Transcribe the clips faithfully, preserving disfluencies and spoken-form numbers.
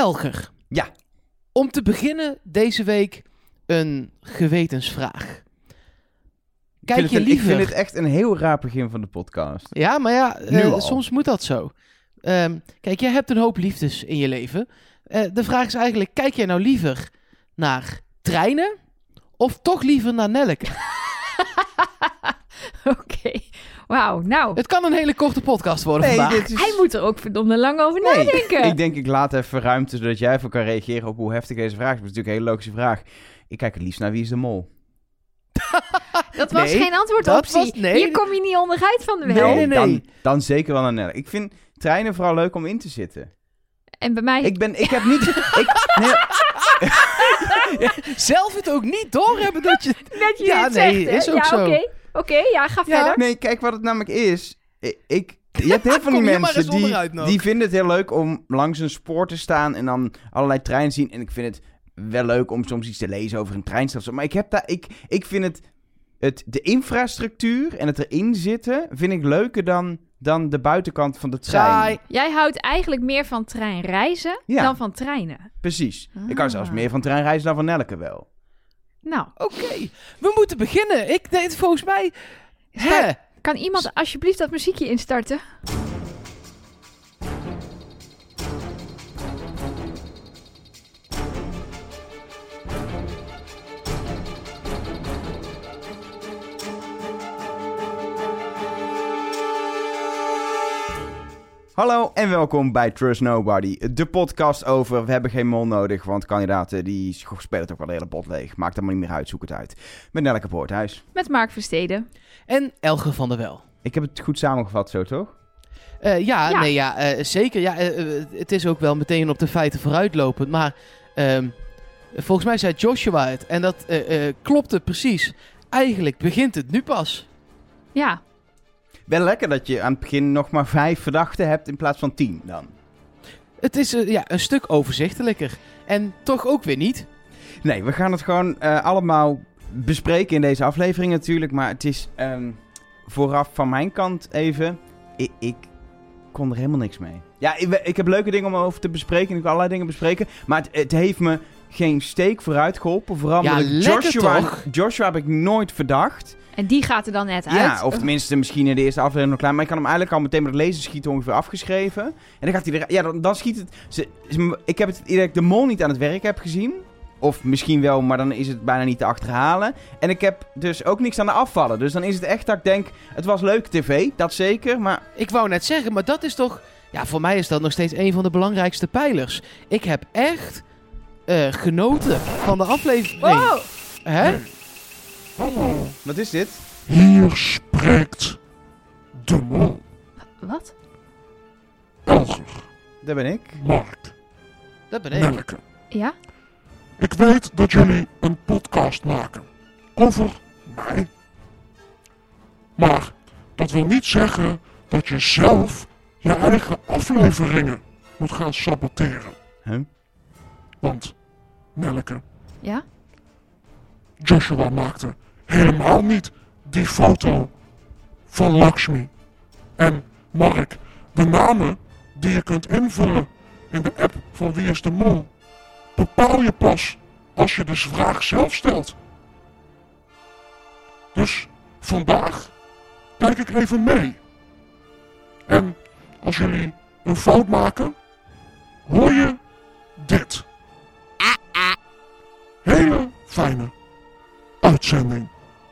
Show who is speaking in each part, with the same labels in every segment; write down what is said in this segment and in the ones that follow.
Speaker 1: Elger.
Speaker 2: Ja.
Speaker 1: Om te beginnen deze week een gewetensvraag. Kijk
Speaker 2: ik
Speaker 1: je
Speaker 2: een,
Speaker 1: liever...
Speaker 2: Ik vind het echt een heel raar begin van de podcast.
Speaker 1: Ja, maar ja, uh, soms moet dat zo. Um, kijk, jij hebt een hoop liefdes in je leven. Uh, de vraag is eigenlijk, kijk jij nou liever naar treinen of toch liever naar Nelleke?
Speaker 3: Oké, okay. Wauw, nou.
Speaker 1: Het kan een hele korte podcast worden
Speaker 2: nee,
Speaker 1: vandaag.
Speaker 2: Dit is...
Speaker 3: Hij moet er ook verdomde lang over
Speaker 2: nee,
Speaker 3: nadenken.
Speaker 2: Ik denk, ik laat even ruimte zodat jij even kan reageren op hoe heftig deze vraag is. Dat is natuurlijk een hele logische vraag. Ik kijk het liefst naar Wie is de Mol.
Speaker 3: Dat was
Speaker 1: nee,
Speaker 3: geen antwoordoptie.
Speaker 1: Was, nee.
Speaker 3: Hier kom je niet onderuit van de wel.
Speaker 1: Nee, nee, nee.
Speaker 2: Dan, dan zeker wel naar Nelleke. Ik vind treinen vooral leuk om in te zitten.
Speaker 3: En bij mij...
Speaker 2: Ik ben, ik heb niet... ik, nee,
Speaker 1: zelf het ook niet doorhebben dat je...
Speaker 3: Dat je
Speaker 1: ja,
Speaker 3: het
Speaker 1: nee,
Speaker 3: zegt,
Speaker 1: is ook
Speaker 3: ja,
Speaker 1: zo.
Speaker 3: Oké, okay. okay, ja, ga
Speaker 1: ja.
Speaker 3: verder.
Speaker 2: nee, kijk wat het namelijk is. Ik... ik je hebt heel veel van die mensen die, die vinden het heel leuk om langs een spoor te staan en dan allerlei treinen zien. En ik vind het wel leuk om soms iets te lezen over een treinstation. Maar ik heb daar, ik, ik vind het, het, de infrastructuur en het erin zitten, vind ik leuker dan, dan de buitenkant van de trein.
Speaker 1: Saai.
Speaker 3: Jij houdt eigenlijk meer van treinreizen
Speaker 2: Ja.
Speaker 3: dan van treinen.
Speaker 2: Precies.
Speaker 3: Ah.
Speaker 2: Ik hou zelfs meer van treinreizen dan van Nelleke wel.
Speaker 3: Nou.
Speaker 1: Oké, okay. We moeten beginnen. Ik denk volgens mij... Hè?
Speaker 3: Kan iemand alsjeblieft dat muziekje instarten?
Speaker 2: Hallo en welkom bij Trust Nobody, de podcast over we hebben geen mol nodig, want kandidaten die spelen het ook wel de hele pot leeg. Maakt allemaal niet meer uit, zoek het uit. Met Nelleke Poorthuis.
Speaker 3: Met Mark Versteden.
Speaker 1: En Elger van der Wel.
Speaker 2: Ik heb het goed samengevat zo, toch?
Speaker 1: Uh, ja,
Speaker 3: ja,
Speaker 1: nee, ja, uh, zeker. Ja, uh, uh, het is ook wel meteen op de feiten vooruitlopend, maar um, volgens mij zei Joshua het en dat uh, uh, klopte precies. Eigenlijk begint het nu pas.
Speaker 3: Ja.
Speaker 2: Wel lekker dat je aan het begin nog maar vijf verdachten hebt in plaats van tien dan.
Speaker 1: Het is uh, ja, een stuk overzichtelijker. En toch ook weer niet.
Speaker 2: Nee, we gaan het gewoon uh, allemaal bespreken in deze aflevering natuurlijk. Maar het is um, vooraf van mijn kant even... Ik, ik kon er helemaal niks mee. Ja, ik, ik heb leuke dingen om over te bespreken. Ik wil allerlei dingen bespreken. Maar het, het heeft me geen steek vooruit geholpen. Vooral
Speaker 1: ja,
Speaker 2: omdat Joshua,
Speaker 1: toch?
Speaker 2: Joshua heb ik nooit verdacht.
Speaker 3: En die gaat er dan net uit.
Speaker 2: Ja, of tenminste misschien in de eerste aflevering nog klein. Maar ik kan hem eigenlijk al meteen met het lezen schieten ongeveer afgeschreven. En dan gaat hij er... Ja, dan, dan schiet het... Ze, ze, ik heb het idee dat ik de mol niet aan het werk heb gezien. Of misschien wel, maar dan is het bijna niet te achterhalen. En ik heb dus ook niks aan de afvallen. Dus dan is het echt dat ik denk... Het was leuke tv, dat zeker, maar...
Speaker 1: Ik wou net zeggen, maar dat is toch... Ja, voor mij is dat nog steeds een van de belangrijkste pijlers. Ik heb echt uh, genoten van de aflevering.
Speaker 3: Wow!
Speaker 1: Hè?
Speaker 4: Hallo.
Speaker 2: Wat is dit?
Speaker 4: Hier spreekt de mol.
Speaker 3: Wat?
Speaker 4: Elger.
Speaker 2: Daar ben ik.
Speaker 4: Mark.
Speaker 1: Dat ben ik.
Speaker 4: Nelleke.
Speaker 3: Ja?
Speaker 4: Ik weet dat jullie een podcast maken. Over mij. Maar dat wil niet zeggen dat je zelf je eigen afleveringen moet gaan saboteren.
Speaker 2: Huh?
Speaker 4: Want, Nelleke,
Speaker 3: Ja?
Speaker 4: Joshua maakte helemaal niet die foto van Lakshmi. En Mark, de namen die je kunt invullen in de app van Wie is de Mol, bepaal je pas als je de vraag zelf stelt. Dus vandaag kijk ik even mee. En als jullie een fout maken, hoor je dit. Hele fijne uitzending.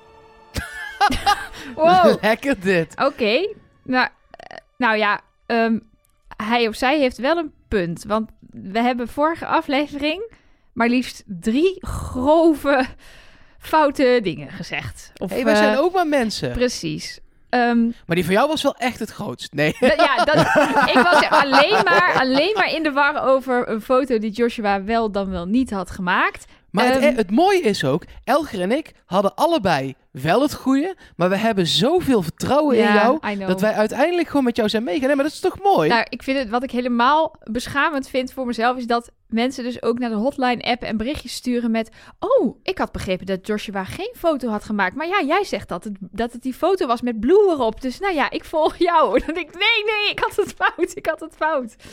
Speaker 3: Wow.
Speaker 1: Lekker dit.
Speaker 3: Oké. Okay. Nou, uh, nou ja, um, hij of zij heeft wel een punt. Want we hebben vorige aflevering maar liefst drie grove, foute dingen gezegd.
Speaker 1: Hé, hey, wij uh, zijn ook maar mensen.
Speaker 3: Precies. Um,
Speaker 1: maar die van jou was wel echt het grootst. Nee.
Speaker 3: D- ja, dat, ik was alleen maar, alleen maar in de war over een foto die Joshua wel dan wel niet had gemaakt.
Speaker 1: Maar
Speaker 3: um,
Speaker 1: het, het mooie is ook, Elger en ik hadden allebei wel het goede, maar we hebben zoveel vertrouwen
Speaker 3: ja,
Speaker 1: in jou, dat wij uiteindelijk gewoon met jou zijn meegegaan. Nee, maar dat is toch mooi?
Speaker 3: Nou, ik vind het, wat ik helemaal beschamend vind voor mezelf, is dat mensen dus ook naar de hotline appen en berichtjes sturen met, oh, ik had begrepen dat Joshua geen foto had gemaakt. Maar ja, jij zegt dat het, dat het die foto was met Blue erop. Dus nou ja, ik volg jou. Dan denk ik, nee, nee, ik had het fout. Ik had het fout.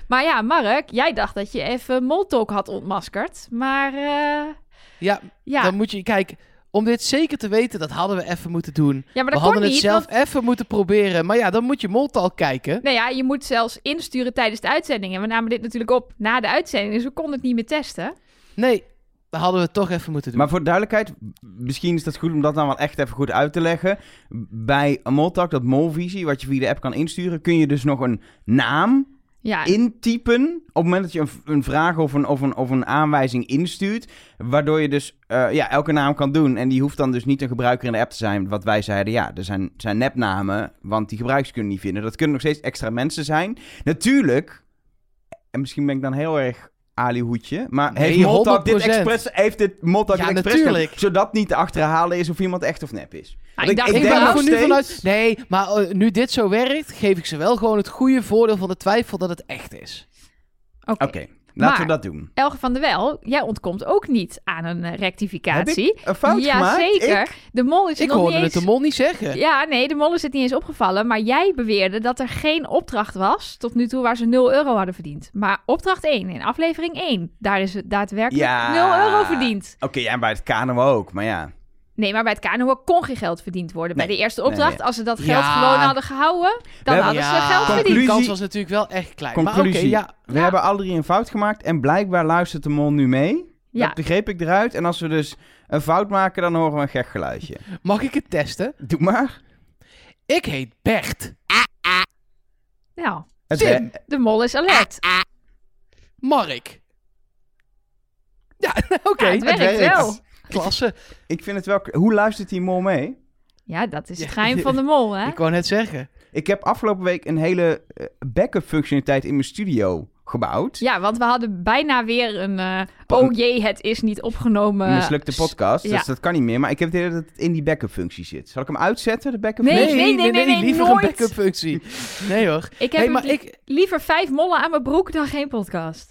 Speaker 3: Maar ja, Mark, jij dacht dat je even Moltalk had ontmaskerd. Maar uh,
Speaker 1: ja,
Speaker 3: ja,
Speaker 1: dan moet je... Kijk, om dit zeker te weten, dat hadden we even moeten doen.
Speaker 3: Ja, maar dat
Speaker 1: we hadden
Speaker 3: kon
Speaker 1: het
Speaker 3: niet,
Speaker 1: zelf
Speaker 3: want...
Speaker 1: even moeten proberen. Maar ja, dan moet je Moltalk kijken.
Speaker 3: Nou ja, je moet zelfs insturen tijdens de uitzending. En we namen dit natuurlijk op na de uitzending. Dus we konden het niet meer testen.
Speaker 1: Nee, dat hadden we toch even moeten doen.
Speaker 2: Maar voor de duidelijkheid, misschien is dat goed om dat dan wel echt even goed uit te leggen. Bij Moltalk, dat Molvisie, wat je via de app kan insturen, kun je dus nog een naam ja. intypen op het moment dat je een, een vraag of een, of, een, of een aanwijzing instuurt. Waardoor je dus uh, ja, elke naam kan doen. En die hoeft dan dus niet een gebruiker in de app te zijn. Wat wij zeiden, ja, er zijn, zijn nepnamen, want die gebruikers kunnen niet vinden. Dat kunnen nog steeds extra mensen zijn. Natuurlijk, en misschien ben ik dan heel erg alihoedje, maar nee, heeft Moltalk dit expres, heeft dit Moltalk
Speaker 1: ja,
Speaker 2: expres
Speaker 1: natuurlijk.
Speaker 2: Gedaan, zodat niet te achterhalen is of iemand echt of nep is.
Speaker 3: Ah, ik, dacht,
Speaker 1: ik,
Speaker 3: ik
Speaker 1: denk
Speaker 3: nog
Speaker 1: nu
Speaker 3: steeds...
Speaker 1: vanuit... Nee, maar uh, nu dit zo werkt, geef ik ze wel gewoon het goede voordeel van de twijfel dat het echt is.
Speaker 3: Oké, okay.
Speaker 2: okay, laten
Speaker 3: maar,
Speaker 2: we dat doen.
Speaker 3: Elge van der Wel, jij ontkomt ook niet aan een uh, rectificatie.
Speaker 2: Heb ik een fout
Speaker 3: ja,
Speaker 2: gemaakt?
Speaker 3: Zeker.
Speaker 2: Ik?
Speaker 3: De mol is
Speaker 1: ik
Speaker 3: nog
Speaker 1: hoorde
Speaker 3: niet
Speaker 1: het
Speaker 3: eens...
Speaker 1: de mol niet zeggen.
Speaker 3: Ja, nee, de mol is het niet eens opgevallen. Maar jij beweerde dat er geen opdracht was tot nu toe waar ze nul euro hadden verdiend. Maar opdracht één in aflevering één, daar is het daadwerkelijk
Speaker 2: ja.
Speaker 3: nul euro verdiend.
Speaker 2: Oké, okay, ja, bij het Kano ook, maar ja.
Speaker 3: Nee, maar bij het Kano kon geen geld verdiend worden. Nee. Bij de eerste opdracht, nee, nee. als ze dat geld
Speaker 1: ja.
Speaker 3: gewoon hadden gehouden, dan hadden
Speaker 1: ja.
Speaker 3: ze geld
Speaker 2: Conclusie,
Speaker 3: verdiend.
Speaker 1: De kans was natuurlijk wel echt klein.
Speaker 2: Conclusie,
Speaker 1: maar okay, ja.
Speaker 2: we ja. hebben alle drie een fout gemaakt en blijkbaar luistert de mol nu mee.
Speaker 3: Ja.
Speaker 2: Dat begreep ik eruit. En als we dus een fout maken, dan horen we een gek geluidje.
Speaker 1: Mag ik het testen?
Speaker 2: Doe maar.
Speaker 1: Ik heet Bert.
Speaker 3: Nou,
Speaker 1: Tim.
Speaker 3: De mol is alert.
Speaker 1: Mark. Ja, oké. Okay.
Speaker 3: Ja, het, het werkt, werkt wel.
Speaker 1: Klasse.
Speaker 2: Ik vind het wel... Hoe luistert die mol mee?
Speaker 3: Ja, dat is het geheim van de mol, hè?
Speaker 1: Ik wou net zeggen.
Speaker 2: Ik heb afgelopen week een hele uh, backup functionaliteit in mijn studio gebouwd.
Speaker 3: Ja, want we hadden bijna weer een... Uh, oh jee, het is niet opgenomen.
Speaker 2: Een mislukte podcast,
Speaker 3: ja.
Speaker 2: dus dat kan niet meer. Maar ik heb het idee dat het in die backup functie zit. Zal ik hem uitzetten, de backup
Speaker 3: nee,
Speaker 2: functie?
Speaker 3: Nee, nee, nee, nee, nee
Speaker 1: liever
Speaker 3: nooit.
Speaker 1: een backup functie. Nee hoor.
Speaker 3: Ik heb
Speaker 1: hey, maar
Speaker 3: li-
Speaker 1: ik...
Speaker 3: liever vijf mollen aan mijn broek dan geen podcast.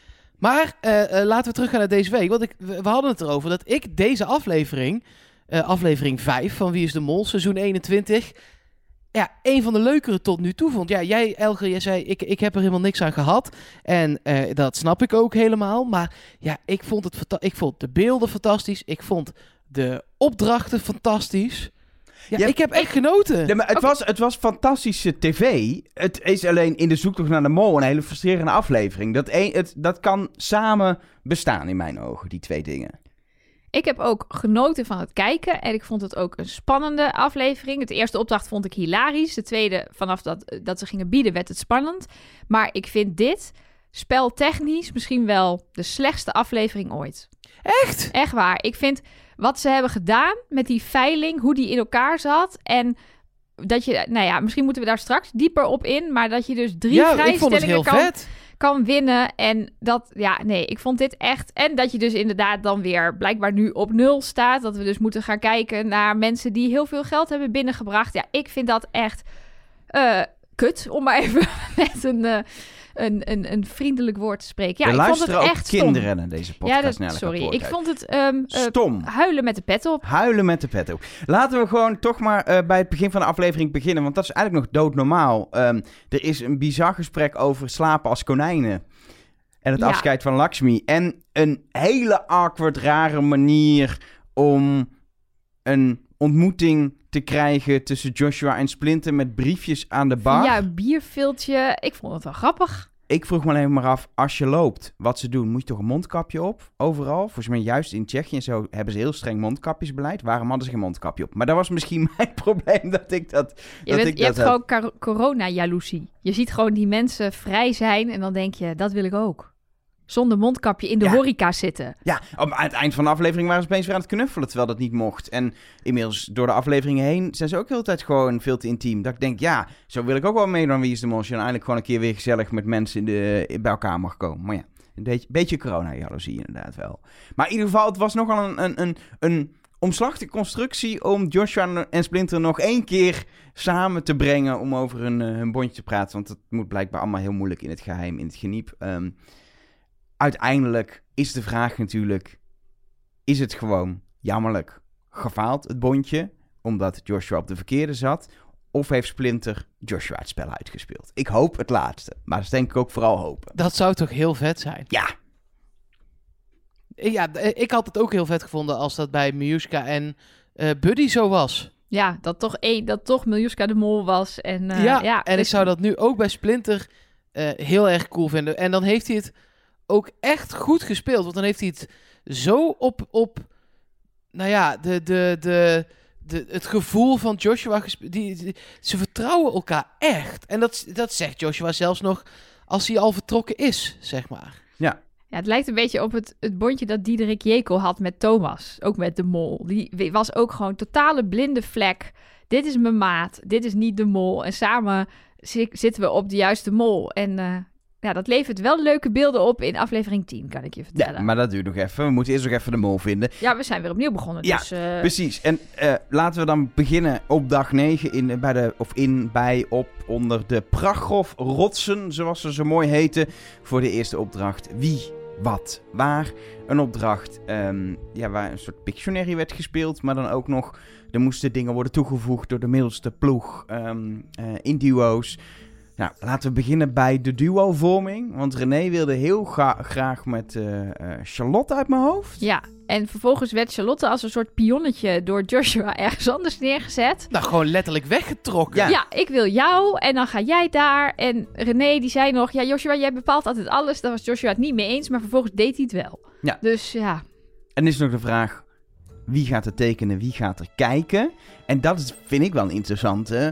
Speaker 1: Maar uh, uh, laten we teruggaan naar deze week. Want ik, we, we hadden het erover dat ik deze aflevering, uh, aflevering vijf van Wie is de Mol, seizoen eenentwintig, ja, een van de leukere tot nu toe vond. Ja, jij, Elger, jij zei, ik, ik heb er helemaal niks aan gehad. En uh, dat snap ik ook helemaal. Maar ja, ik vond, het fanta- ik vond de beelden fantastisch. Ik vond de opdrachten fantastisch. Ja, ja, ik heb echt ik, genoten.
Speaker 2: Nee, maar het, okay. was, het was fantastische tv. Het is alleen in de zoektocht naar de mol een hele frustrerende aflevering. Dat, een, het, dat kan samen bestaan in mijn ogen, die twee dingen.
Speaker 3: Ik heb ook genoten van het kijken. En ik vond het ook een spannende aflevering. De eerste opdracht vond ik hilarisch. De tweede, vanaf dat, dat ze gingen bieden, werd het spannend. Maar ik vind dit speltechnisch misschien wel de slechtste aflevering ooit.
Speaker 1: Echt?
Speaker 3: Echt waar. Ik vind... Wat ze hebben gedaan met die veiling, hoe die in elkaar zat. En dat je, nou ja, misschien moeten we daar straks dieper op in. Maar dat je dus drie
Speaker 1: ja,
Speaker 3: vrijstellingen kan,
Speaker 1: vet.
Speaker 3: kan winnen. En dat, ja, nee, ik vond dit echt... En dat je dus inderdaad dan weer blijkbaar nu op nul staat. Dat we dus moeten gaan kijken naar mensen die heel veel geld hebben binnengebracht. Ja, ik vind dat echt uh, kut, om maar even met een... Uh, Een, een, een vriendelijk woord te spreken. Ja,
Speaker 2: er
Speaker 3: ik vond het echt
Speaker 2: stom. kinderen naar deze podcast.
Speaker 3: Ja, dat, sorry. Ik vond het um,
Speaker 2: stom.
Speaker 3: Uh, huilen met de pet op.
Speaker 2: Huilen met de pet op. Laten we gewoon toch maar uh, bij het begin van de aflevering beginnen. Want dat is eigenlijk nog doodnormaal. Um, er is een bizar gesprek over slapen als konijnen. En het ja. afscheid van Lakshmi. En een hele awkward, rare manier om een ontmoeting te krijgen tussen Joshua en Splinter met briefjes aan de bar.
Speaker 3: Ja, een bierviltje. Ik vond het wel grappig.
Speaker 2: Ik vroeg me alleen maar af, als je loopt, wat ze doen, moet je toch een mondkapje op? Overal. Volgens mij juist in Tsjechië en zo hebben ze heel streng mondkapjesbeleid. Waarom hadden ze geen mondkapje op? Maar dat was misschien mijn probleem dat ik dat
Speaker 3: Je,
Speaker 2: dat
Speaker 3: bent,
Speaker 2: ik
Speaker 3: je
Speaker 2: dat
Speaker 3: hebt
Speaker 2: had.
Speaker 3: gewoon corona-jaloezie. Je ziet gewoon die mensen vrij zijn en dan denk je, dat wil ik ook. Zonder mondkapje in de ja. horeca zitten.
Speaker 2: Ja, aan het eind van de aflevering waren ze opeens weer aan het knuffelen, terwijl dat niet mocht. En inmiddels door de afleveringen heen zijn ze ook de hele tijd gewoon veel te intiem. Dat ik denk, ja, zo wil ik ook wel meedoen aan Wie is de Mol. Als je dan eindelijk gewoon een keer weer gezellig met mensen in de, bij elkaar mag komen. Maar ja, een beetje, beetje corona-jaloezie inderdaad wel. Maar in ieder geval, het was nogal een, een, een, een omslachtige constructie om Joshua en Splinter nog één keer samen te brengen om over hun, hun bondje te praten. Want het moet blijkbaar allemaal heel moeilijk in het geheim, in het geniep. Um, Uiteindelijk is de vraag natuurlijk, is het gewoon jammerlijk gefaald, het bondje, omdat Joshua op de verkeerde zat? of heeft Splinter Joshua het spel uitgespeeld? Ik hoop het laatste, maar dat is denk ik ook vooral hopen.
Speaker 1: Dat zou toch heel vet zijn?
Speaker 2: Ja.
Speaker 1: Ja, ik had het ook heel vet gevonden als dat bij Miljuska en uh, Buddy zo was.
Speaker 3: Ja, dat toch, een, dat toch Miljuska de mol was. En, uh,
Speaker 1: ja,
Speaker 3: ja,
Speaker 1: en
Speaker 3: dus...
Speaker 1: ik zou dat nu ook bij Splinter uh, heel erg cool vinden. En dan heeft hij het ook echt goed gespeeld. Want dan heeft hij het zo op, op nou ja, de, de, de, de, het gevoel van Joshua gespeeld. Die, die, ze vertrouwen elkaar echt. En dat, dat zegt Joshua zelfs nog als hij al vertrokken is, zeg maar.
Speaker 2: Ja.
Speaker 3: Ja, het lijkt een beetje op het, het bondje dat Diederik Jekyll had met Thomas. Ook met de mol. Die was ook gewoon totale blinde vlek. Dit is mijn maat. Dit is niet de mol. En samen zi- zitten we op de juiste mol. En uh, ja, dat levert wel leuke beelden op in aflevering tien, kan ik je vertellen.
Speaker 2: Ja, maar dat duurt nog even. We moeten eerst nog even de mol vinden.
Speaker 3: Ja, we zijn weer opnieuw begonnen.
Speaker 2: Ja,
Speaker 3: dus, uh...
Speaker 2: precies. En uh, laten we dan beginnen op dag negen in, bij de, of in, bij, op, onder de Pragoff-rotsen, zoals ze zo mooi heten, voor de eerste opdracht. Wie, wat, waar. Een opdracht um, ja, waar een soort Pictionary werd gespeeld, maar dan ook nog, er moesten dingen worden toegevoegd door de middelste ploeg um, uh, in duo's. Nou, laten we beginnen bij de duo-vorming. Want René wilde heel ga- graag met uh, uh, Charlotte uit mijn hoofd.
Speaker 3: Ja, en vervolgens werd Charlotte als een soort pionnetje door Joshua ergens anders neergezet.
Speaker 1: Nou, gewoon letterlijk weggetrokken.
Speaker 3: Ja. ja, ik wil jou en dan ga jij daar. En René die zei nog, ja Joshua, jij bepaalt altijd alles. Daar was Joshua het niet mee eens, maar vervolgens deed hij het wel.
Speaker 2: Ja.
Speaker 3: Dus ja.
Speaker 2: En is nog de vraag, wie gaat er tekenen, wie gaat er kijken? En dat is, vind ik wel een interessante.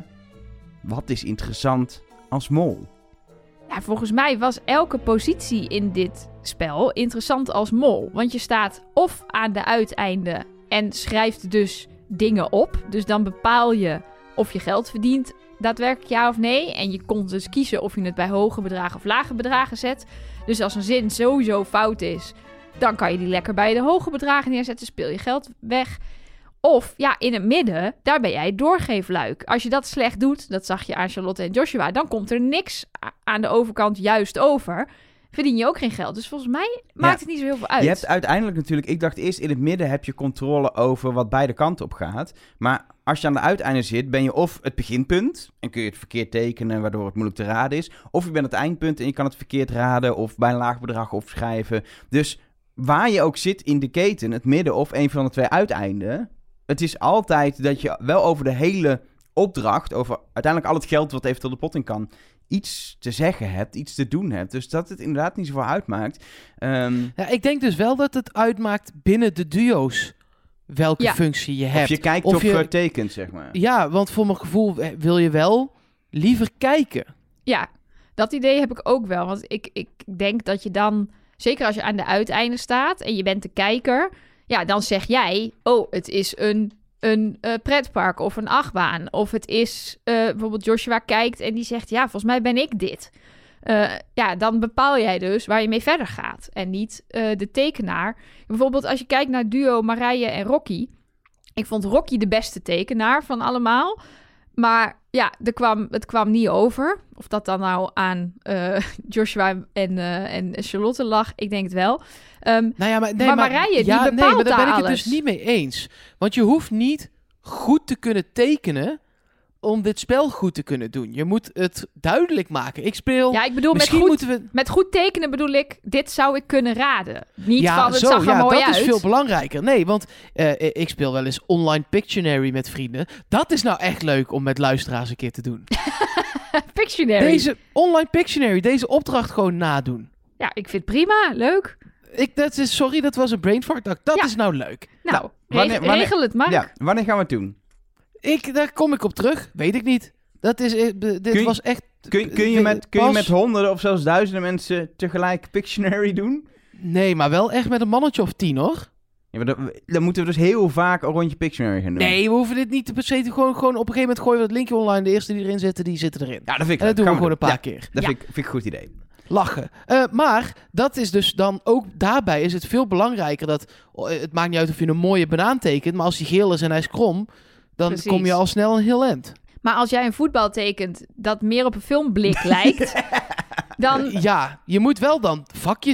Speaker 2: Wat is interessant als mol?
Speaker 3: Ja, volgens mij was elke positie in dit spel interessant als mol. Want je staat of aan de uiteinden en schrijft dus dingen op. Dus dan bepaal je of je geld verdient, daadwerkelijk ja of nee. En je kon dus kiezen of je het bij hoge bedragen of lage bedragen zet. Dus als een zin sowieso fout is, dan kan je die lekker bij de hoge bedragen neerzetten. Speel je geld weg. Of ja, in het midden, daar ben jij doorgeefluik. Als je dat slecht doet, dat zag je aan Charlotte en Joshua, dan komt er niks aan de overkant juist over. Verdien je ook geen geld. Dus volgens mij maakt ja. het niet zo heel veel uit.
Speaker 2: Je hebt uiteindelijk natuurlijk, ik dacht eerst in het midden heb je controle over wat beide kanten op gaat. Maar als je aan de uiteinden zit, ben je of het beginpunt en kun je het verkeerd tekenen, waardoor het moeilijk te raden is. Of je bent het eindpunt en je kan het verkeerd raden of bij een laag bedrag opschrijven. Dus waar je ook zit in de keten, het midden of een van de twee uiteinden, het is altijd dat je wel over de hele opdracht, over uiteindelijk al het geld wat eventueel de pot in kan, iets te zeggen hebt, iets te doen hebt. Dus dat het inderdaad niet zoveel uitmaakt. Um,
Speaker 1: ja, ik denk dus wel dat het uitmaakt binnen de duo's welke ja. functie je hebt.
Speaker 2: Of je kijkt of, of je tekent, zeg maar.
Speaker 1: Ja, want voor mijn gevoel wil je wel liever kijken.
Speaker 3: Ja, dat idee heb ik ook wel. Want ik, ik denk dat je dan, zeker als je aan de uiteinden staat en je bent de kijker, ja, dan zeg jij, oh, het is een, een uh, pretpark of een achtbaan. Of het is, uh, bijvoorbeeld Joshua kijkt en die zegt, ja, volgens mij ben ik dit. Uh, ja, dan bepaal jij dus waar je mee verder gaat. En niet uh, de tekenaar. Bijvoorbeeld als je kijkt naar duo Marije en Rocky. Ik vond Rocky de beste tekenaar van allemaal. Maar ja, er kwam, het kwam niet over. Of dat dan nou aan uh, Joshua en, uh, en Charlotte lag, ik denk het wel. Um,
Speaker 1: nou ja, maar, nee,
Speaker 3: maar
Speaker 1: maar
Speaker 3: Marije,
Speaker 1: ja,
Speaker 3: die bepaalt
Speaker 1: nee, maar daar ben ik
Speaker 3: alles.
Speaker 1: het dus niet mee eens. Want je hoeft niet goed te kunnen tekenen om dit spel goed te kunnen doen. Je moet het duidelijk maken. Ik speel...
Speaker 3: Ja, ik bedoel, met goed, moeten we... met goed tekenen bedoel ik, dit zou ik kunnen raden. Niet
Speaker 1: ja,
Speaker 3: van, het
Speaker 1: zo,
Speaker 3: zag er
Speaker 1: ja,
Speaker 3: mooi
Speaker 1: dat
Speaker 3: uit.
Speaker 1: is veel belangrijker. Nee, want uh, ik speel wel eens online Pictionary met vrienden. Dat is nou echt leuk om met luisteraars een keer te doen.
Speaker 3: Pictionary?
Speaker 1: Deze online Pictionary, deze opdracht gewoon nadoen.
Speaker 3: Ja, ik vind het prima, leuk.
Speaker 1: Ik, dat is, sorry, dat was een brainfart. Dat
Speaker 3: ja.
Speaker 1: is nou leuk.
Speaker 3: Nou, nou wanneer, wanneer, regel het maar.
Speaker 2: Ja, wanneer gaan we het doen?
Speaker 1: Ik, daar kom ik op terug. Weet ik niet. Dat is, dit
Speaker 2: kun je,
Speaker 1: was echt...
Speaker 2: Kun, kun, je met, kun je met honderden of zelfs duizenden mensen tegelijk Pictionary doen?
Speaker 1: Nee, maar wel echt met een mannetje of tien, hoor.
Speaker 2: Ja, maar dan, dan moeten we dus heel vaak een rondje Pictionary gaan doen.
Speaker 1: Nee, we hoeven dit niet te per se te gewoon, gewoon op een gegeven moment gooien we het linkje online. De eerste die erin zitten, die zitten erin.
Speaker 2: Ja, dat vind ik
Speaker 1: En dat doen we, we gewoon
Speaker 2: doen.
Speaker 1: een paar
Speaker 2: ja,
Speaker 1: keer.
Speaker 2: Dat
Speaker 3: ja.
Speaker 2: vind, ik, vind ik een goed idee.
Speaker 1: Lachen. Uh, maar dat is dus dan ook daarbij is het veel belangrijker dat het maakt niet uit of je een mooie banaan tekent, maar als die geel is en hij is krom, dan Precies. kom je al snel een heel eind.
Speaker 3: Maar als jij een voetbal tekent dat meer op een filmblik lijkt, dan...
Speaker 1: Ja, je moet wel dan vakjes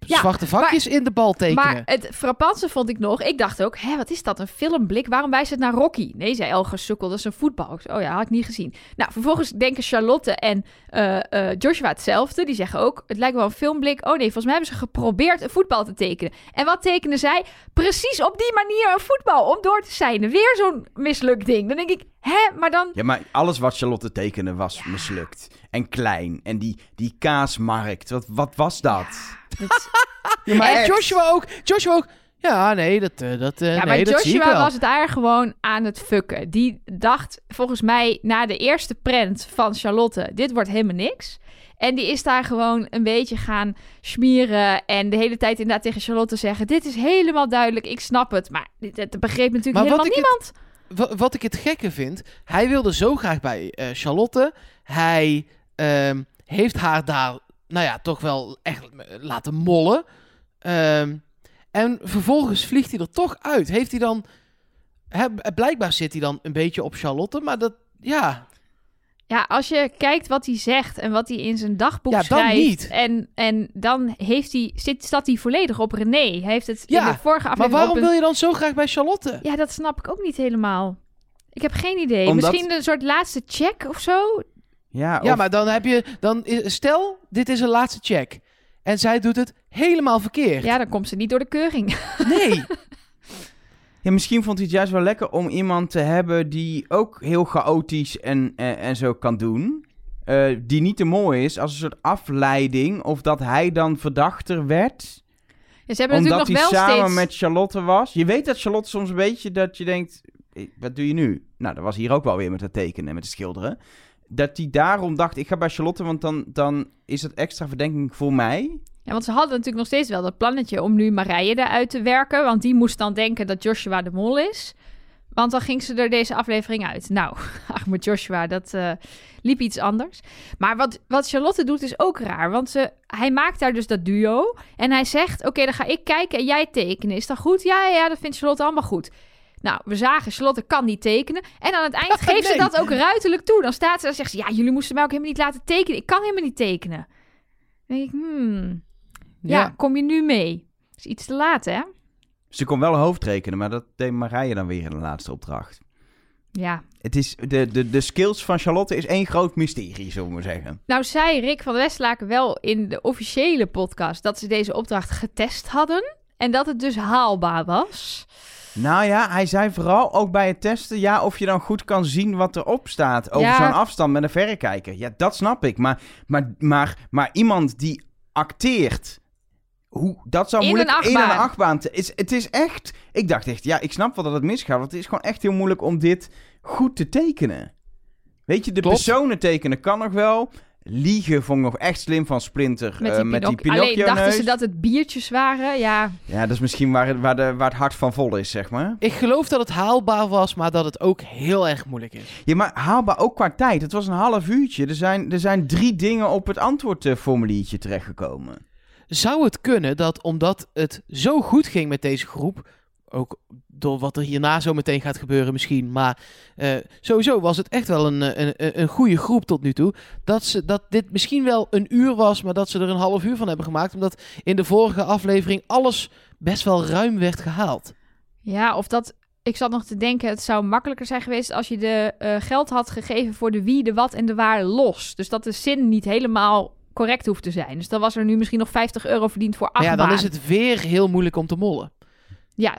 Speaker 1: ja, zwarte vakjes maar, in de bal tekenen.
Speaker 3: Maar het frappantste vond ik nog... Ik dacht ook, hè, wat is dat? Een filmblik? Waarom wijst het naar Rocky? Nee, zei Elger Sukkel, dat is een voetbal. Oh ja, had ik niet gezien. Nou, vervolgens denken Charlotte en uh, uh, Joshua hetzelfde. Die zeggen ook, het lijkt wel een filmblik. Oh nee, volgens mij hebben ze geprobeerd een voetbal te tekenen. En wat tekenen zij? Precies op die manier een voetbal, om door te seinen. Weer zo'n mislukt ding. Dan denk ik, hè, maar dan...
Speaker 2: Ja, maar alles wat Charlotte tekende was ja. mislukt. En klein. En die, die kaasmarkt, wat, wat was dat?
Speaker 3: Ja, dat...
Speaker 1: ja, maar en Joshua ook. Joshua ook. Ja, nee, dat, uh, dat, uh,
Speaker 3: ja,
Speaker 1: nee, dat zie ik wel.
Speaker 3: Joshua was het daar gewoon aan het fucken. Die dacht volgens mij na de eerste prent van Charlotte, dit wordt helemaal niks. En die is daar gewoon een beetje gaan smieren en de hele tijd inderdaad tegen Charlotte zeggen, dit is helemaal duidelijk, ik snap het. Maar dat begreep natuurlijk maar helemaal niemand.
Speaker 1: Het, wat, wat ik het gekke vind, hij wilde zo graag bij uh, Charlotte. Hij um, heeft haar daar, nou ja, toch wel echt laten mollen. Um, en vervolgens vliegt hij er toch uit. Heeft hij dan... Hè, blijkbaar zit hij dan een beetje op Charlotte, maar dat... Ja...
Speaker 3: Ja, als je kijkt wat hij zegt en wat hij in zijn dagboek
Speaker 1: ja,
Speaker 3: schrijft...
Speaker 1: Dan niet.
Speaker 3: En, en dan heeft hij, zit, staat hij volledig op René. Hij heeft het
Speaker 1: ja,
Speaker 3: in de vorige aflevering...
Speaker 1: maar waarom
Speaker 3: een...
Speaker 1: wil je dan zo graag bij Charlotte?
Speaker 3: Ja, dat snap ik ook niet helemaal. Ik heb geen idee.
Speaker 2: Omdat...
Speaker 3: Misschien een soort laatste check of zo?
Speaker 2: Ja, of...
Speaker 1: ja, maar dan heb je... Dan, stel, dit is een laatste check. En zij doet het helemaal verkeerd.
Speaker 3: Ja, dan komt ze niet door de keuring.
Speaker 1: Nee.
Speaker 2: Ja, misschien vond hij het juist wel lekker om iemand te hebben die ook heel chaotisch en, en, en zo kan doen. Uh, die niet te mooi is als een soort afleiding. Of dat hij dan verdachter werd.
Speaker 3: Ja, ze hebben
Speaker 2: omdat
Speaker 3: natuurlijk nog
Speaker 2: hij
Speaker 3: wel
Speaker 2: samen
Speaker 3: steeds...
Speaker 2: met Charlotte was. Je weet dat Charlotte soms een beetje dat je denkt... Wat doe je nu? Nou, dat was hier ook wel weer met het tekenen en met het schilderen. Dat hij daarom dacht, ik ga bij Charlotte, want dan, dan is het extra verdenking voor mij.
Speaker 3: Ja, want ze hadden natuurlijk nog steeds wel dat plannetje om nu Marije eruit te werken. Want die moest dan denken dat Joshua de mol is. Want dan ging ze er deze aflevering uit. Nou, ach, met Joshua, dat uh, liep iets anders. Maar wat, wat Charlotte doet is ook raar. Want ze, hij maakt daar dus dat duo. En hij zegt, oké, okay, dan ga ik kijken en jij tekenen. Is dat goed? Ja, ja, ja, dat vindt Charlotte allemaal goed. Nou, we zagen, Charlotte kan niet tekenen. En aan het eind geeft nee. ze dat ook ruiterlijk toe. Dan staat ze en zegt ze, ja, jullie moesten mij ook helemaal niet laten tekenen. Ik kan helemaal niet tekenen. Dan denk ik, hmm... Ja, ja, kom je nu mee? Is iets te laat, hè?
Speaker 2: Ze kon wel een hoofd rekenen, maar dat deed Marije dan weer in de laatste opdracht.
Speaker 3: Ja.
Speaker 2: Het is, de, de, de skills van Charlotte is één groot mysterie, zullen we maar zeggen.
Speaker 3: Nou zei Rick van Westlaken wel in de officiële podcast dat ze deze opdracht getest hadden. En dat het dus haalbaar was.
Speaker 2: Nou ja, hij zei vooral ook bij het testen, ja, of je dan goed kan zien wat erop staat over
Speaker 3: ja.
Speaker 2: zo'n afstand met een verrekijker. Ja, dat snap ik. Maar, maar, maar, maar iemand die acteert... Hoe, dat zou
Speaker 3: in
Speaker 2: moeilijk
Speaker 3: een
Speaker 2: in een achtbaan te, is. Het is echt... Ik dacht echt, ja, ik snap wel dat het misgaat. Want het is gewoon echt heel moeilijk om dit goed te tekenen. Weet je, de
Speaker 1: Klopt.
Speaker 2: personen tekenen kan nog wel. Liegen vond ik nog echt slim van Splinter.
Speaker 3: Met die,
Speaker 2: uh, met die
Speaker 3: Pinocchio. Alleen dachten
Speaker 2: Pinocchio-neus.
Speaker 3: ze dat het biertjes waren, ja.
Speaker 2: Ja, dat is misschien waar, het, waar, de, waar het hart van vol is, zeg maar.
Speaker 1: Ik geloof dat het haalbaar was, maar dat het ook heel erg moeilijk is.
Speaker 2: Ja, maar haalbaar ook qua tijd. Het was een half uurtje. Er zijn, er zijn drie dingen op het antwoordformuliertje terechtgekomen.
Speaker 1: Zou het kunnen dat omdat het zo goed ging met deze groep, ook door wat er hierna zo meteen gaat gebeuren misschien, maar uh, sowieso was het echt wel een, een, een goede groep tot nu toe, dat, ze, dat dit misschien wel een uur was, maar dat ze er een half uur van hebben gemaakt, omdat in de vorige aflevering alles best wel ruim werd gehaald.
Speaker 3: Ja, of dat... Ik zat nog te denken, het zou makkelijker zijn geweest als je de uh, geld had gegeven voor de wie, de wat en de waar los. Dus dat de zin niet helemaal correct hoeft te zijn. Dus dan was er nu misschien nog vijftig euro verdiend voor achtbaan.
Speaker 1: Ja, dan is het weer heel moeilijk om te mollen.
Speaker 3: Ja.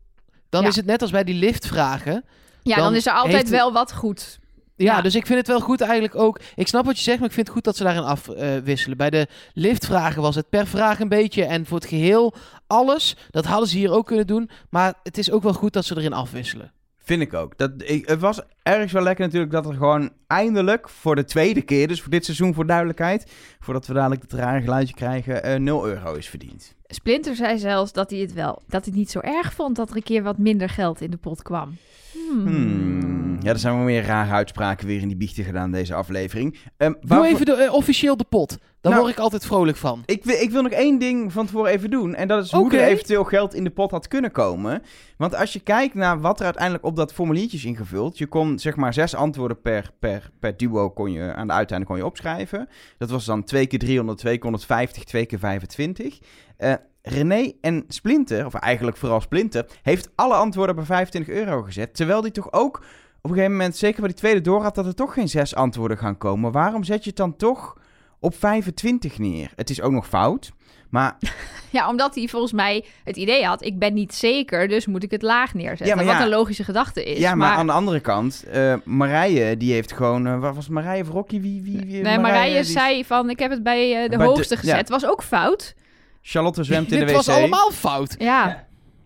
Speaker 1: Dan
Speaker 3: ja.
Speaker 1: is het net als bij die liftvragen.
Speaker 3: Ja, dan, dan is er altijd
Speaker 1: heeft...
Speaker 3: wel wat goed.
Speaker 1: Ja,
Speaker 3: ja,
Speaker 1: dus ik vind het wel goed eigenlijk ook. Ik snap wat je zegt, maar ik vind het goed dat ze daarin afwisselen. Uh, bij de liftvragen was het per vraag een beetje. En voor het geheel alles. Dat hadden ze hier ook kunnen doen. Maar het is ook wel goed dat ze erin afwisselen.
Speaker 2: Vind ik ook. Dat, ik, het was ergens wel lekker natuurlijk dat er gewoon eindelijk voor de tweede keer, dus voor dit seizoen voor duidelijkheid, voordat we dadelijk het rare geluidje krijgen, uh, nul euro is verdiend.
Speaker 3: Splinter zei zelfs dat hij het wel, dat hij het niet zo erg vond dat er een keer wat minder geld in de pot kwam. Hmm.
Speaker 2: Hmm. Ja, er zijn wel meer rare uitspraken weer in die biechten gedaan deze aflevering. Um,
Speaker 1: waarvoor... Doe even de, uh, officieel de pot. Daar
Speaker 2: Nou,
Speaker 1: word ik altijd vrolijk van.
Speaker 2: Ik wil, ik wil nog één ding van tevoren even doen. En dat is hoe
Speaker 1: Oké.
Speaker 2: er eventueel geld in de pot had kunnen komen. Want als je kijkt naar wat er uiteindelijk op dat formuliertje is ingevuld. Je kon zeg maar zes antwoorden per, per, per duo kon je aan de uiteinde kon je opschrijven. Dat was dan twee keer driehonderd, twee keer honderdvijftig, twee keer vijfentwintig. Uh, René en Splinter, of eigenlijk vooral Splinter, heeft alle antwoorden bij vijfentwintig euro gezet. Terwijl die toch ook op een gegeven moment, zeker bij die tweede door had, dat er toch geen zes antwoorden gaan komen. Waarom zet je het dan toch op vijfentwintig neer? Het is ook nog fout, maar...
Speaker 3: Ja, omdat hij volgens mij het idee had, ik ben niet zeker, dus moet ik het laag neerzetten.
Speaker 2: Ja, maar
Speaker 3: wat
Speaker 2: ja.
Speaker 3: een logische gedachte is.
Speaker 2: Ja, maar,
Speaker 3: maar
Speaker 2: aan de andere kant, uh, Marije, die heeft gewoon... Uh, wat was het, Marije of Rocky? Wie, wie, wie,
Speaker 3: nee, Marije
Speaker 2: die
Speaker 3: zei
Speaker 2: is...
Speaker 3: van, ik heb het bij uh, de
Speaker 2: Bij
Speaker 3: hoogste
Speaker 2: de-
Speaker 3: gezet.
Speaker 2: ja.
Speaker 3: Het was ook fout.
Speaker 2: Charlotte zwemt in de
Speaker 1: Dit
Speaker 2: wc.
Speaker 1: was allemaal fout.
Speaker 3: Ja,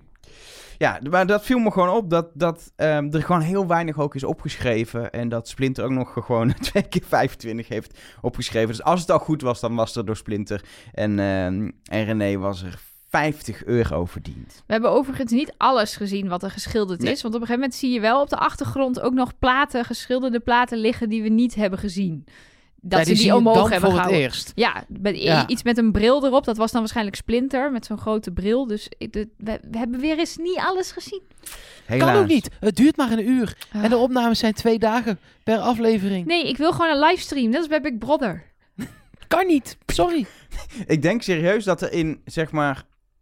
Speaker 2: Ja, maar dat viel me gewoon op dat, dat um, er gewoon heel weinig ook is opgeschreven. En dat Splinter ook nog gewoon twee keer vijfentwintig heeft opgeschreven. Dus als het al goed was, dan was het er door Splinter. En, um, en René was er vijftig euro verdiend.
Speaker 3: we hebben overigens niet alles gezien wat er geschilderd
Speaker 2: Nee.
Speaker 3: is. Want op een gegeven moment zie je wel op de achtergrond ook nog platen, geschilderde platen liggen die we niet hebben gezien. Dat
Speaker 1: Ja,
Speaker 3: ze die
Speaker 1: zie je
Speaker 3: omhoog
Speaker 1: dan
Speaker 3: hebben
Speaker 1: voor het
Speaker 3: gehouden.
Speaker 1: eerst.
Speaker 3: Ja, met,
Speaker 1: Ja.
Speaker 3: iets met een bril erop. Dat was dan waarschijnlijk Splinter met zo'n grote bril. Dus ik, de, we, we hebben weer eens niet alles gezien.
Speaker 2: Helaas.
Speaker 1: Kan ook niet. Het duurt maar een uur.
Speaker 3: Ah.
Speaker 1: En de opnames zijn twee dagen per aflevering.
Speaker 3: Nee, ik wil gewoon een livestream. Dat is bij Big Brother.
Speaker 1: Kan niet. Sorry.
Speaker 2: Ik denk serieus dat er in, zeg maar,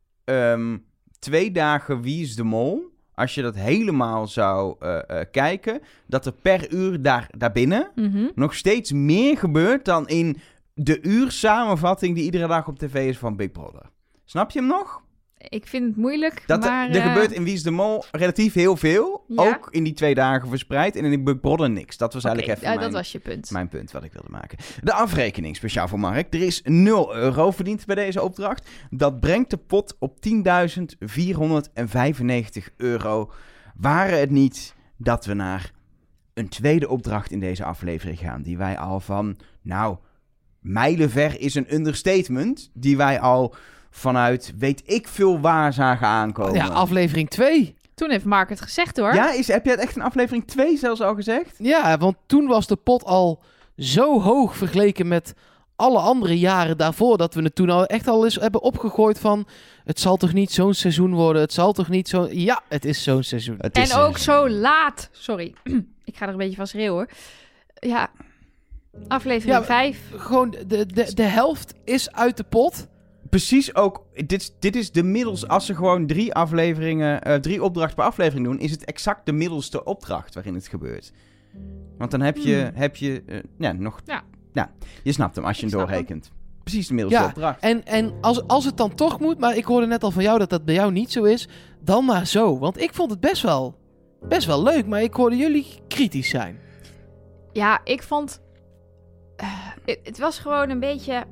Speaker 2: um, twee dagen Wie is de Mol... Als je dat helemaal zou uh, uh, kijken, dat er per uur daar, daarbinnen
Speaker 3: Mhm.
Speaker 2: nog steeds meer gebeurt dan in de uur samenvatting die iedere dag op tv is van Big Brother. Snap je hem nog?
Speaker 3: Ik vind het moeilijk,
Speaker 2: Dat
Speaker 3: maar...
Speaker 2: er
Speaker 3: eh,
Speaker 2: gebeurt in Wie is de Mol relatief heel veel.
Speaker 3: Ja.
Speaker 2: Ook in die twee dagen verspreid. En in Big Brother niks. Dat was
Speaker 3: oké,
Speaker 2: eigenlijk even
Speaker 3: ja,
Speaker 2: mijn,
Speaker 3: dat was je punt.
Speaker 2: mijn punt wat ik wilde maken. De afrekening, speciaal voor Mark. Er is nul euro verdiend bij deze opdracht. Dat brengt de pot op tienduizend vierhonderdvijfennegentig euro. Waren het niet dat we naar een tweede opdracht in deze aflevering gaan. Die wij al van, nou, mijlenver is een understatement. Die wij al vanuit weet ik veel waar zagen aankomen.
Speaker 1: Ja, aflevering twee.
Speaker 3: Toen heeft Mark het gezegd, hoor.
Speaker 2: Ja, is, heb je het echt in aflevering twee zelfs al gezegd?
Speaker 1: Ja, want toen was de pot al zo hoog vergeleken met alle andere jaren daarvoor, dat we het toen al echt al eens hebben opgegooid van, het zal toch niet zo'n seizoen worden, het zal toch niet zo... Ja, het is zo'n seizoen.
Speaker 2: Het
Speaker 3: En
Speaker 2: is,
Speaker 3: ook
Speaker 2: eh,
Speaker 3: zo laat. Sorry, ik ga er een beetje van schreeuwen. Ja, aflevering
Speaker 1: Ja,
Speaker 3: vijf.
Speaker 1: Gewoon, de, de, de helft is uit de pot.
Speaker 2: Precies ook, dit, dit is de middels, als ze gewoon drie afleveringen, uh, drie opdrachten per aflevering doen, is het exact de middelste opdracht waarin het gebeurt. Want dan heb je,
Speaker 3: Hmm.
Speaker 2: heb je uh, ja, nog,
Speaker 3: Ja.
Speaker 2: ja, je snapt hem als je
Speaker 3: Ik
Speaker 2: hem
Speaker 3: snap
Speaker 2: doorrekent. Precies de middelste
Speaker 1: Ja,
Speaker 2: opdracht.
Speaker 1: En, en als, als het dan toch moet, maar ik hoorde net al van jou dat dat bij jou niet zo is, dan maar zo. Want ik vond het best wel, best wel leuk, maar ik hoorde jullie kritisch zijn.
Speaker 3: Ja, ik vond... eh, het, het was gewoon een beetje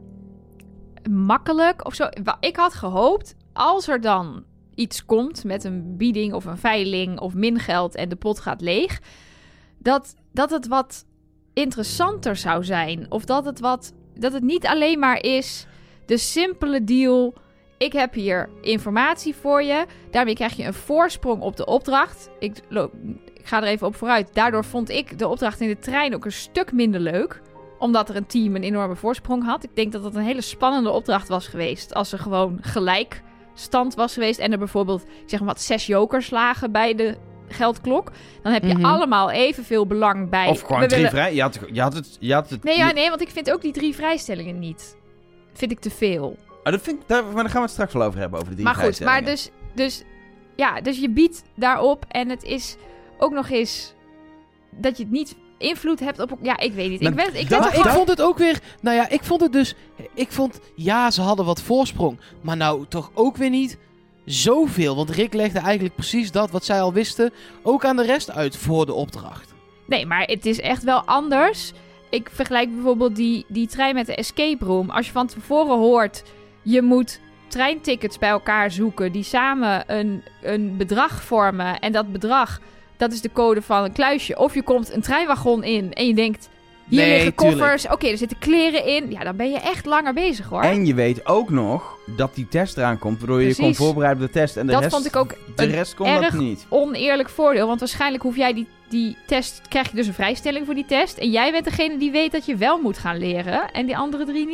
Speaker 3: makkelijk of zo. Wa- Ik had gehoopt, als er dan iets komt met een bieding of een veiling of min geld en de pot gaat leeg, dat, dat het wat interessanter zou zijn. Of dat het, wat, dat het niet alleen maar is de simpele deal, ik heb hier informatie voor je, daarmee krijg je een voorsprong op de opdracht. Ik, loop, ik ga er even op vooruit. Daardoor vond ik de opdracht in de trein ook een stuk minder leuk, omdat er een team een enorme voorsprong had. Ik denk dat het een hele spannende opdracht was geweest als er gewoon gelijkstand was geweest en er bijvoorbeeld, ik zeg maar wat, zes jokers lagen bij de geldklok. Dan heb je
Speaker 1: Mhm.
Speaker 3: allemaal evenveel belang bij...
Speaker 2: Of gewoon
Speaker 3: we
Speaker 2: drie
Speaker 3: willen-
Speaker 2: vrij. Je had, je had het. Je had het
Speaker 3: Nee, ja,
Speaker 2: je-
Speaker 3: nee, want ik vind ook die drie vrijstellingen niet. Vind ik te veel.
Speaker 2: Oh, dat vind ik, daar, maar daar gaan we het straks wel over hebben, over de drie
Speaker 3: Maar goed, maar
Speaker 2: vrijstellingen.
Speaker 3: dus, dus... Ja, dus je biedt daarop en het is ook nog eens dat je het niet invloed hebt op... Ja, ik weet niet.
Speaker 2: Maar
Speaker 3: Ik werd, ik
Speaker 2: dat-
Speaker 3: werd
Speaker 1: Maar
Speaker 3: er
Speaker 1: ik
Speaker 3: gewoon...
Speaker 1: vond het ook weer... Nou ja, ik vond het dus... Ik vond... Ja, ze hadden wat voorsprong. Maar nou, toch ook weer niet zoveel. Want Rick legde eigenlijk precies dat wat zij al wisten ook aan de rest uit voor de opdracht.
Speaker 3: Nee, maar het is echt wel anders. Ik vergelijk bijvoorbeeld die, die trein met de escape room. Als je van tevoren hoort, je moet treintickets bij elkaar zoeken die samen een, een bedrag vormen. En dat bedrag, dat is de code van een kluisje. Of je komt een treinwagon in en je denkt, hier
Speaker 1: Nee,
Speaker 3: liggen
Speaker 1: tuurlijk.
Speaker 3: koffers. Oké, er zitten kleren in. Ja, dan ben je echt langer bezig, hoor.
Speaker 2: En je weet ook nog dat die test eraan komt, waardoor je je kon
Speaker 3: Precies.
Speaker 2: voorbereiden op de test. En de
Speaker 3: Dat
Speaker 2: rest,
Speaker 3: vond ik ook
Speaker 2: de
Speaker 3: een
Speaker 2: rest kon
Speaker 3: erg
Speaker 2: dat niet.
Speaker 3: oneerlijk voordeel. Want waarschijnlijk hoef jij die, die test... Krijg je dus een vrijstelling voor die test. En jij bent degene die weet dat je wel moet gaan leren. En die andere drie niet.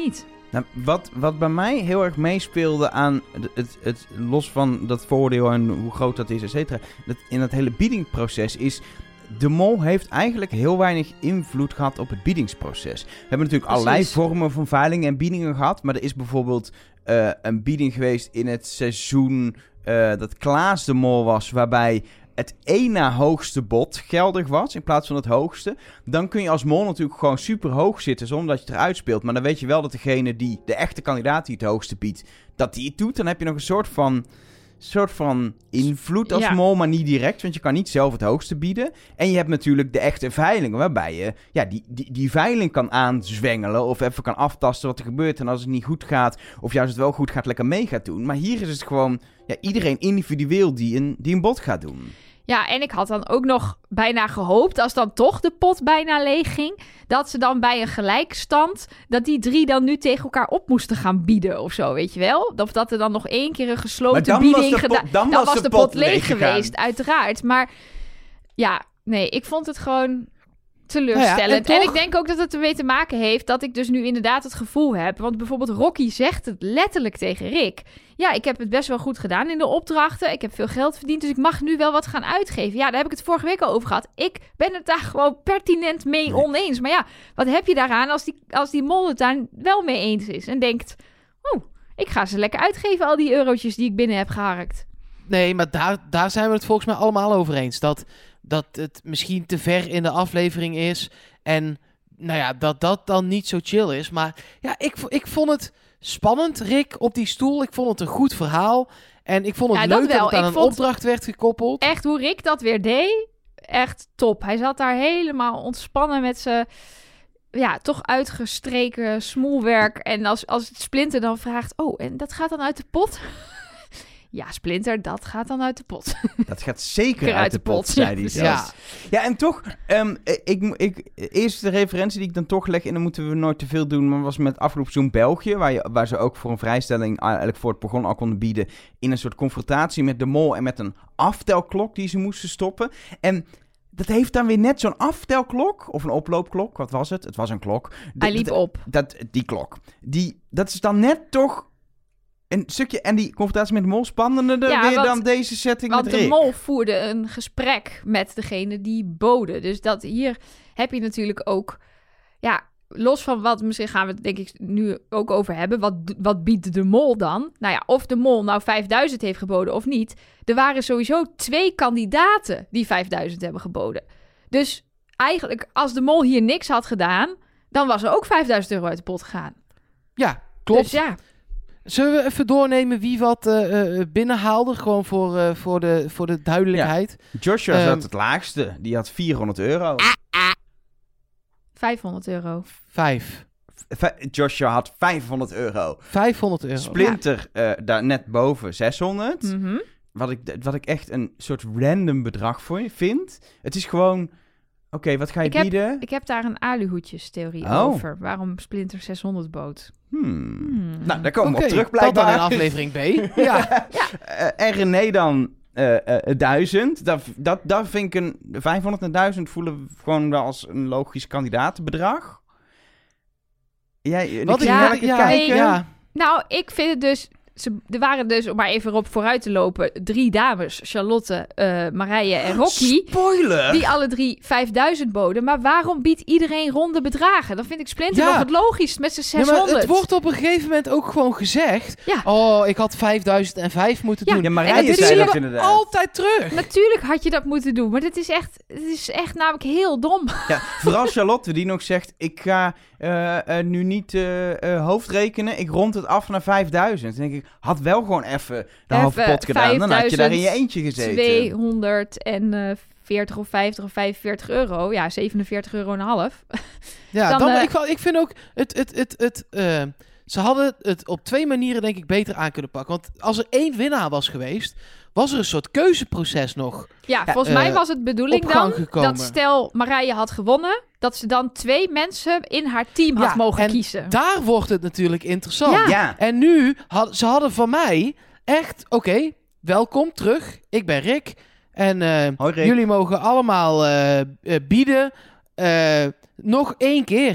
Speaker 2: Nou, wat, wat bij mij heel erg meespeelde aan het, het, het los van dat voordeel en hoe groot dat is, et cetera, dat in dat hele biedingsproces is, de mol heeft eigenlijk heel weinig invloed gehad op het biedingsproces. We hebben natuurlijk Precies. allerlei vormen van veilingen en biedingen gehad, maar er is bijvoorbeeld uh, een bieding geweest in het seizoen uh, dat Klaas de Mol was, waarbij het één na hoogste bod geldig was, in plaats van het hoogste. Dan kun je als mol natuurlijk gewoon super hoog zitten, zonder dat je het eruit speelt. Maar dan weet je wel dat degene die, de echte kandidaat die het hoogste biedt, dat die het doet. Dan heb je nog een soort van, soort van invloed als ja. mol, maar niet direct, want je kan niet zelf het hoogste bieden. En je hebt natuurlijk de echte veilingen, waarbij je ja, die, die, die veiling kan aanzwengelen of even kan aftasten wat er gebeurt. En als het niet goed gaat, of juist het wel goed gaat, lekker mee gaat doen. Maar hier is het gewoon ja, iedereen individueel die een, die een bod gaat doen.
Speaker 3: Ja, en ik had dan ook nog bijna gehoopt, als dan toch de pot bijna leeg ging, dat ze dan bij een gelijkstand, dat die drie dan nu tegen elkaar op moesten gaan bieden of zo, weet je wel? Of dat er dan nog één keer een gesloten bieding gedaan. Dan, dan was, was de, de pot, pot leeg, leeg geweest, uiteraard. Maar ja, nee, ik vond het gewoon teleurstellend. Nou ja, en, toch... en ik denk ook dat het ermee te maken heeft dat ik dus nu inderdaad het gevoel heb. Want bijvoorbeeld Rocky zegt het letterlijk tegen Rick. Ja, ik heb het best wel goed gedaan in de opdrachten. Ik heb veel geld verdiend, dus ik mag nu wel wat gaan uitgeven. Ja, daar heb ik het vorige week al over gehad. Ik ben het daar gewoon pertinent mee oneens. Maar ja, wat heb je daaraan als die, als die mol het daar wel mee eens is? En denkt, oh, ik ga ze lekker uitgeven, al die eurotjes die ik binnen heb geharkt.
Speaker 1: Nee, maar daar, daar zijn we het volgens mij allemaal over eens. Dat... dat het misschien te ver in de aflevering is. En nou ja, dat dat dan niet zo chill is. Maar ja, ik, ik vond het spannend, Rick, op die stoel. Ik vond het een goed verhaal. En ik vond het ja, leuk dat, dat het aan ik een opdracht werd gekoppeld.
Speaker 3: Echt hoe Rick dat weer deed, echt top. Hij zat daar helemaal ontspannen met zijn ja, toch uitgestreken smoelwerk. En als, als het Splinter dan vraagt, oh, en dat gaat dan uit de pot? Ja, Splinter, dat gaat dan uit de pot.
Speaker 2: Dat gaat zeker uit, uit de pot, pot zei hij zelfs. Ja. ja, en toch, um, ik, ik, eerste referentie die ik dan toch leg, en dan moeten we nooit te veel doen, maar was met afgelopen seizoen België, waar, je, waar ze ook voor een vrijstelling eigenlijk voor het begon al konden bieden, in een soort confrontatie met de mol en met een aftelklok die ze moesten stoppen. En dat heeft dan weer net zo'n aftelklok, of een oploopklok, wat was het? Het was een klok.
Speaker 3: De, hij liep
Speaker 2: dat,
Speaker 3: op.
Speaker 2: Dat, die klok. Die, dat is dan net toch een stukje, en die confrontatie met de mol spannender ja, weer want, dan deze setting met Rick.
Speaker 3: Want de mol voerde een gesprek met degene die boden. Dus dat hier heb je natuurlijk ook, ja, los van wat, misschien gaan we het denk ik nu ook over hebben. Wat, wat biedt de mol dan? Nou ja, of de mol nou vijfduizend heeft geboden of niet. Er waren sowieso twee kandidaten die vijfduizend hebben geboden. Dus eigenlijk, als de mol hier niks had gedaan, dan was er ook vijfduizend euro uit de pot gegaan.
Speaker 1: Ja, klopt.
Speaker 3: Dus ja.
Speaker 1: Zullen we even doornemen wie wat uh, binnenhaalde? Gewoon voor, uh, voor, de, voor de duidelijkheid.
Speaker 2: Ja. Joshua um, zat het laagste. Die had vierhonderd euro.
Speaker 3: vijfhonderd euro.
Speaker 1: Vijf.
Speaker 2: V- Joshua had vijfhonderd euro.
Speaker 1: vijfhonderd euro.
Speaker 2: Splinter ja. uh, daar net boven zeshonderd.
Speaker 3: Mm-hmm.
Speaker 2: Wat, ik, wat ik echt een soort random bedrag voor je vind. Het is gewoon, oké, okay, wat ga je
Speaker 3: ik
Speaker 2: bieden?
Speaker 3: Heb, ik heb daar een aluhoedjes-theorie
Speaker 2: oh.
Speaker 3: over. Waarom Splinter zeshonderd bood.
Speaker 2: Hmm.
Speaker 3: Hmm.
Speaker 2: Nou, daar komen
Speaker 1: okay,
Speaker 2: we op terug blijkbaar.
Speaker 1: Dat dan in aflevering B. ja.
Speaker 2: ja. Uh, en René dan uh, uh, duizend. Dat, dat, dat vind ik een vijfhonderd en duizend voelen gewoon wel als een logisch kandidatenbedrag. Jij,
Speaker 1: Wat ik
Speaker 3: ja,
Speaker 1: ja,
Speaker 3: kijken?
Speaker 1: Ja.
Speaker 3: Nou, ik vind het dus. Ze, er waren dus, om maar even op vooruit te lopen, drie dames. Charlotte, uh, Marije en Rocky.
Speaker 2: Spoiler!
Speaker 3: Die alle drie vijfduizend boden. Maar waarom biedt iedereen ronde bedragen? Dan vind ik Splinter ja. nog het logisch met zijn zeshonderd.
Speaker 1: Ja, maar het wordt op een gegeven moment ook gewoon gezegd.
Speaker 3: Ja.
Speaker 1: Oh, ik had vijfduizend vijf moeten
Speaker 3: ja.
Speaker 1: doen.
Speaker 2: Ja, Marije zei dat inderdaad.
Speaker 1: Altijd terug.
Speaker 3: Natuurlijk had je dat moeten doen. Maar dit is echt, het is echt namelijk heel dom.
Speaker 2: Ja, vooral Charlotte die nog zegt, ik ga uh, uh, nu niet uh, uh, hoofdrekenen. Ik rond het af naar vijfduizend. Dan denk ik, had wel gewoon even de halve pot gedaan. Dan had je daar in je eentje gezeten.
Speaker 3: tweehonderdveertig of vijftig of vijfenveertig euro. Ja, zevenenveertig euro en een half.
Speaker 1: Ja,
Speaker 3: dan,
Speaker 1: dan,
Speaker 3: uh,
Speaker 1: ik, ik vind ook... het, het, het, het, uh, ze hadden het op twee manieren denk ik beter aan kunnen pakken. Want als er één winnaar was geweest, was er een soort keuzeproces nog.
Speaker 3: Ja, volgens uh, mij was het bedoeling dan gekomen. Dat stel Marije had gewonnen, dat ze dan twee mensen in haar team had ja, mogen
Speaker 1: en
Speaker 3: kiezen.
Speaker 1: Daar wordt het natuurlijk interessant.
Speaker 3: Ja.
Speaker 2: Ja.
Speaker 1: En nu, had, ze hadden van mij echt, oké, okay, welkom terug. Ik ben Rick. En uh,
Speaker 2: Hoi, Rick.
Speaker 1: Jullie mogen allemaal uh, uh, bieden. Uh, nog één keer.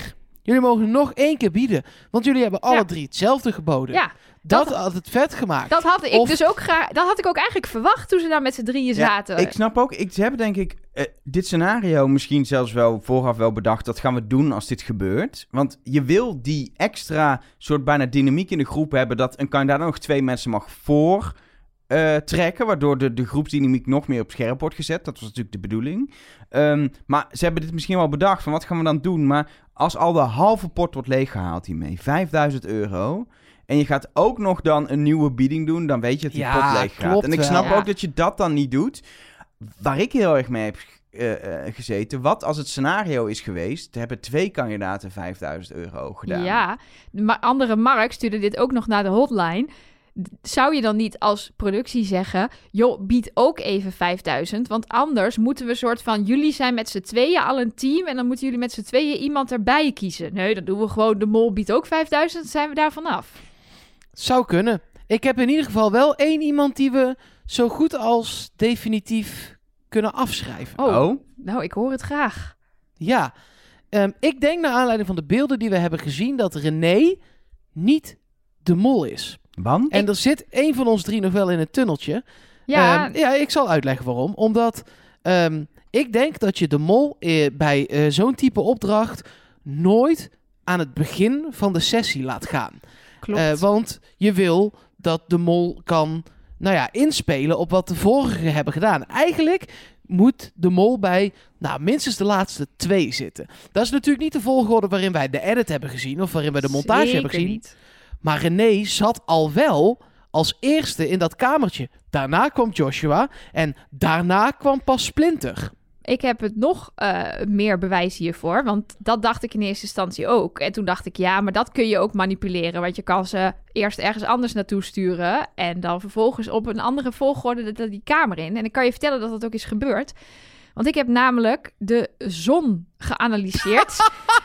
Speaker 1: jullie mogen nog één keer bieden. Want jullie hebben alle
Speaker 3: ja.
Speaker 1: drie hetzelfde geboden.
Speaker 3: Ja.
Speaker 1: Dat,
Speaker 3: Dat
Speaker 1: had het vet gemaakt.
Speaker 3: Dat had ik
Speaker 1: Of-
Speaker 3: dus ook graag. Dat had ik ook eigenlijk verwacht toen ze daar met z'n drieën
Speaker 2: Ja,
Speaker 3: zaten.
Speaker 2: ik snap ook, ik, ze hebben denk ik uh, dit scenario misschien zelfs wel vooraf wel bedacht. Dat gaan we doen als dit gebeurt. Want je wil die extra soort bijna dynamiek in de groep hebben. Dat een kandidaat nog twee mensen mag voor uh, trekken. Waardoor de, de groepsdynamiek nog meer op scherp wordt gezet. Dat was natuurlijk de bedoeling. Um, maar ze hebben dit misschien wel bedacht van wat gaan we dan doen. Maar als al de halve pot wordt leeggehaald hiermee. vijfduizend euro... En je gaat ook nog dan een nieuwe bieding doen, dan weet je dat die
Speaker 1: Ja,
Speaker 2: pot leeg gaat.
Speaker 1: klopt
Speaker 2: En ik
Speaker 1: wel.
Speaker 2: snap
Speaker 3: Ja.
Speaker 2: ook dat je dat dan niet doet. Waar ik heel erg mee heb uh, uh, gezeten, wat als het scenario is geweest, hebben twee kandidaten vijfduizend euro gedaan.
Speaker 3: Ja, de ma- andere Mark stuurde dit ook nog naar de hotline. D- Zou je dan niet als productie zeggen, joh, bied ook even vijfduizend, want anders moeten we soort van, jullie zijn met z'n tweeën al een team en dan moeten jullie met z'n tweeën iemand erbij kiezen. Nee, dan doen we gewoon, de mol biedt ook vijfduizend, dan zijn we daar vanaf.
Speaker 1: Zou kunnen. Ik heb in ieder geval wel één iemand die we zo goed als definitief kunnen afschrijven.
Speaker 3: Oh,
Speaker 2: Oh?
Speaker 3: nou, ik hoor het graag.
Speaker 1: Ja, Ehm, ik denk naar aanleiding van de beelden die we hebben gezien dat René niet de mol is.
Speaker 2: Want?
Speaker 1: En er zit één van ons drie nog wel in het tunneltje.
Speaker 3: Ja,
Speaker 1: Ehm, ja, ik zal uitleggen waarom. Omdat ehm, ik denk dat je de mol eh, bij eh, zo'n type opdracht nooit aan het begin van de sessie laat gaan.
Speaker 3: klopt.
Speaker 1: Eh, want je wil dat de mol kan, nou ja, inspelen op wat de vorigen hebben gedaan. Eigenlijk moet de mol bij, nou, minstens de laatste twee zitten. Dat is natuurlijk niet de volgorde waarin wij de edit hebben gezien of waarin wij de montage
Speaker 3: Zeker
Speaker 1: hebben gezien.
Speaker 3: niet.
Speaker 1: Maar René zat al wel als eerste in dat kamertje. Daarna kwam Joshua en daarna kwam pas Splinter.
Speaker 3: Ik heb het nog uh, meer bewijs hiervoor, want dat dacht ik in eerste instantie ook. En toen dacht ik, ja, maar dat kun je ook manipuleren, want je kan ze eerst ergens anders naartoe sturen en dan vervolgens op een andere volgorde de, die kamer in. En ik kan je vertellen dat dat ook is gebeurd, want ik heb namelijk de zon geanalyseerd.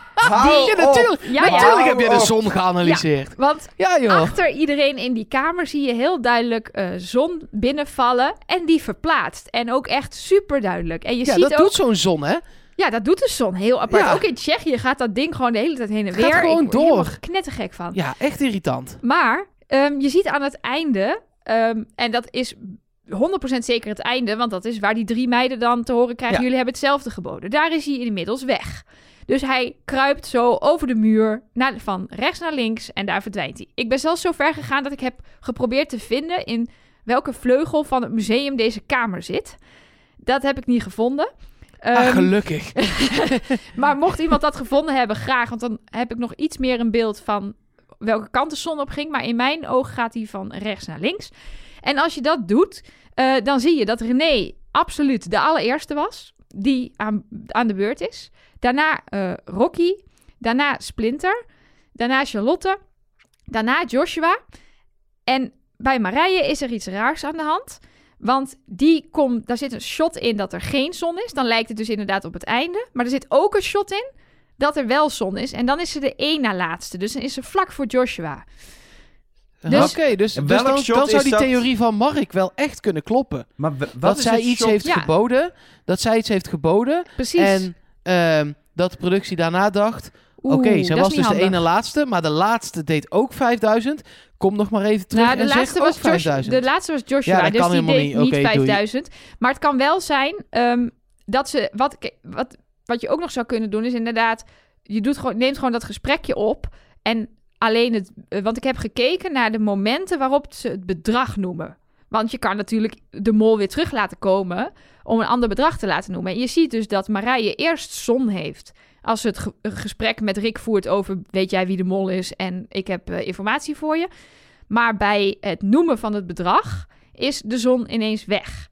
Speaker 2: Hou
Speaker 1: Ja,
Speaker 2: op.
Speaker 1: natuurlijk,
Speaker 3: Ja, ja.
Speaker 1: natuurlijk heb je de
Speaker 2: Hou op.
Speaker 1: zon geanalyseerd.
Speaker 3: Want
Speaker 1: Ja, joh.
Speaker 3: achter iedereen in die kamer zie je heel duidelijk uh, zon binnenvallen en die verplaatst. En ook echt super duidelijk. En je
Speaker 1: Ja,
Speaker 3: ziet
Speaker 1: dat
Speaker 3: ook...
Speaker 1: doet zo'n zon, hè?
Speaker 3: Ja, dat doet de zon heel apart.
Speaker 1: Ja.
Speaker 3: Ook in Tsjechië gaat dat ding gewoon de hele tijd heen en
Speaker 1: Gaat
Speaker 3: weer.
Speaker 1: gewoon
Speaker 3: Ik word
Speaker 1: door.
Speaker 3: helemaal knettergek van.
Speaker 1: Ja, echt irritant.
Speaker 3: Maar um, je ziet aan het einde, um, en dat is honderd procent zeker het einde, want dat is waar die drie meiden dan te horen krijgen,
Speaker 1: Ja.
Speaker 3: jullie hebben hetzelfde geboden. Daar is hij inmiddels weg. Dus hij kruipt zo over de muur, naar, van rechts naar links en daar verdwijnt hij. Ik ben zelfs zo ver gegaan dat ik heb geprobeerd te vinden in welke vleugel van het museum deze kamer zit. Dat heb ik niet gevonden.
Speaker 1: Ah,
Speaker 3: Um,
Speaker 1: gelukkig.
Speaker 3: maar mocht iemand dat gevonden hebben, graag. Want dan heb ik nog iets meer een beeld van welke kant de zon op ging. Maar in mijn oog gaat hij van rechts naar links. En als je dat doet, uh, dan zie je dat René absoluut de allereerste was die aan, aan de beurt is. Daarna uh, Rocky. Daarna Splinter. Daarna Charlotte. Daarna Joshua. En bij Marije is er iets raars aan de hand. Want die komt, daar zit een shot in dat er geen zon is. Dan lijkt het dus inderdaad op het einde. Maar er zit ook een shot in dat er wel zon is. En dan is ze de één na laatste. Dus dan is ze vlak voor Joshua.
Speaker 1: Dus, Oké, dus,
Speaker 2: En
Speaker 1: dus
Speaker 2: welk
Speaker 1: dan,
Speaker 2: shot
Speaker 1: dan zou
Speaker 2: is
Speaker 1: die
Speaker 2: dat?
Speaker 1: theorie van Mark wel echt kunnen kloppen.
Speaker 2: Maar w- wat
Speaker 1: Dat
Speaker 2: is
Speaker 1: zij
Speaker 2: het
Speaker 1: iets
Speaker 2: shot?
Speaker 1: heeft
Speaker 3: Ja.
Speaker 1: geboden. Dat zij iets heeft geboden.
Speaker 3: Precies.
Speaker 1: En ehm, dat de productie daarna dacht...
Speaker 3: Oeh,
Speaker 1: Oké, zij
Speaker 3: dat
Speaker 1: was
Speaker 3: is
Speaker 1: dus
Speaker 3: niet
Speaker 1: de
Speaker 3: handig.
Speaker 1: ene laatste. Maar de laatste deed ook vijfduizend. Kom nog maar even terug
Speaker 3: Nou, de,
Speaker 1: en
Speaker 3: laatste
Speaker 1: zeg ook
Speaker 3: was Josh,
Speaker 1: vijfduizend.
Speaker 3: de laatste was Joshua,
Speaker 1: Ja, dat
Speaker 3: dus
Speaker 1: kan
Speaker 3: die
Speaker 1: helemaal
Speaker 3: deed
Speaker 1: niet.
Speaker 3: niet
Speaker 1: Oké, doei.
Speaker 3: vijfduizend. Maar het kan wel zijn um, dat ze... Wat, wat, wat je ook nog zou kunnen doen is inderdaad... Je doet gewoon, neemt gewoon dat gesprekje op. En alleen het... Uh, want ik heb gekeken naar de momenten waarop ze het bedrag noemen. Want je kan natuurlijk de mol weer terug laten komen... om een ander bedrag te laten noemen. En je ziet dus dat Marije eerst zon heeft... als ze het ge- gesprek met Rick voert over... weet jij wie de mol is en ik heb uh, informatie voor je... Maar bij het noemen van het bedrag is de zon ineens weg.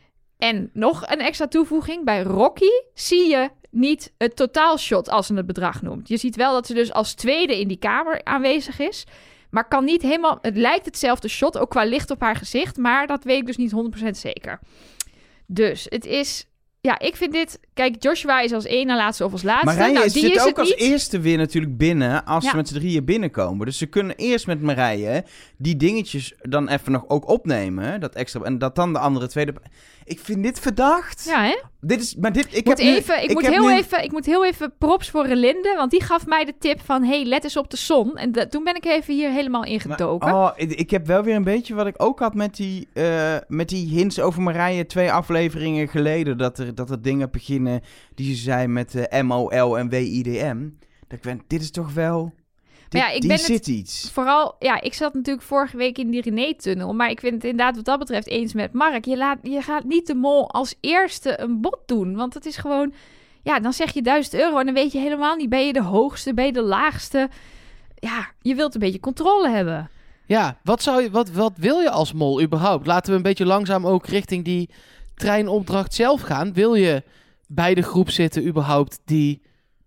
Speaker 3: En nog een extra toevoeging. Bij Rocky zie je niet het totaalshot als ze het bedrag noemt. Je ziet wel dat ze dus als tweede in die kamer aanwezig is. Maar kan niet helemaal... Het lijkt hetzelfde shot, ook qua licht op haar gezicht. Maar dat weet ik dus niet honderd procent zeker. Dus het is... Ja, ik vind dit... Kijk, Joshua is als één na laatste of als laatste.
Speaker 2: Marije
Speaker 3: nou,
Speaker 2: is-
Speaker 3: die
Speaker 2: zit
Speaker 3: is
Speaker 2: ook
Speaker 3: het
Speaker 2: als
Speaker 3: niet.
Speaker 2: eerste weer natuurlijk binnen als
Speaker 3: Ja.
Speaker 2: ze met z'n drieën binnenkomen. Dus ze kunnen eerst met Marije die dingetjes dan even nog ook opnemen. Dat extra, en dat dan de andere tweede... Ik vind dit verdacht.
Speaker 3: Ja, hè?
Speaker 2: Dit is, maar dit, ik
Speaker 3: moet
Speaker 2: heb nu,
Speaker 3: even, ik,
Speaker 2: ik
Speaker 3: moet
Speaker 2: heb
Speaker 3: heel
Speaker 2: nu...
Speaker 3: even, ik moet heel even props voor Relinde, want die gaf mij de tip van, hey, let eens op de zon. En de, toen ben ik even hier helemaal ingedoken.
Speaker 2: Maar, oh, ik, ik heb wel weer een beetje wat ik ook had met die, uh, met die hints over Marije twee afleveringen geleden. Dat er, dat er dingen beginnen die ze zei met uh, M O L en W I D M. Dat ik ben, dit is toch wel... Dit,
Speaker 3: ja, ik
Speaker 2: die
Speaker 3: ben
Speaker 2: zit
Speaker 3: het
Speaker 2: iets.
Speaker 3: Vooral, ja, ik zat natuurlijk vorige week in die René-tunnel. Maar ik vind het inderdaad wat dat betreft eens met Mark. Je, laat, je gaat niet de mol als eerste een bod doen. Want het is gewoon... Ja, dan zeg je duizend euro en dan weet je helemaal niet... Ben je de hoogste, ben je de laagste? Ja, je wilt een beetje controle hebben.
Speaker 1: Ja, wat, zou je, wat, wat wil je als mol überhaupt? Laten we een beetje langzaam ook richting die treinopdracht zelf gaan. Wil je bij de groep zitten überhaupt die...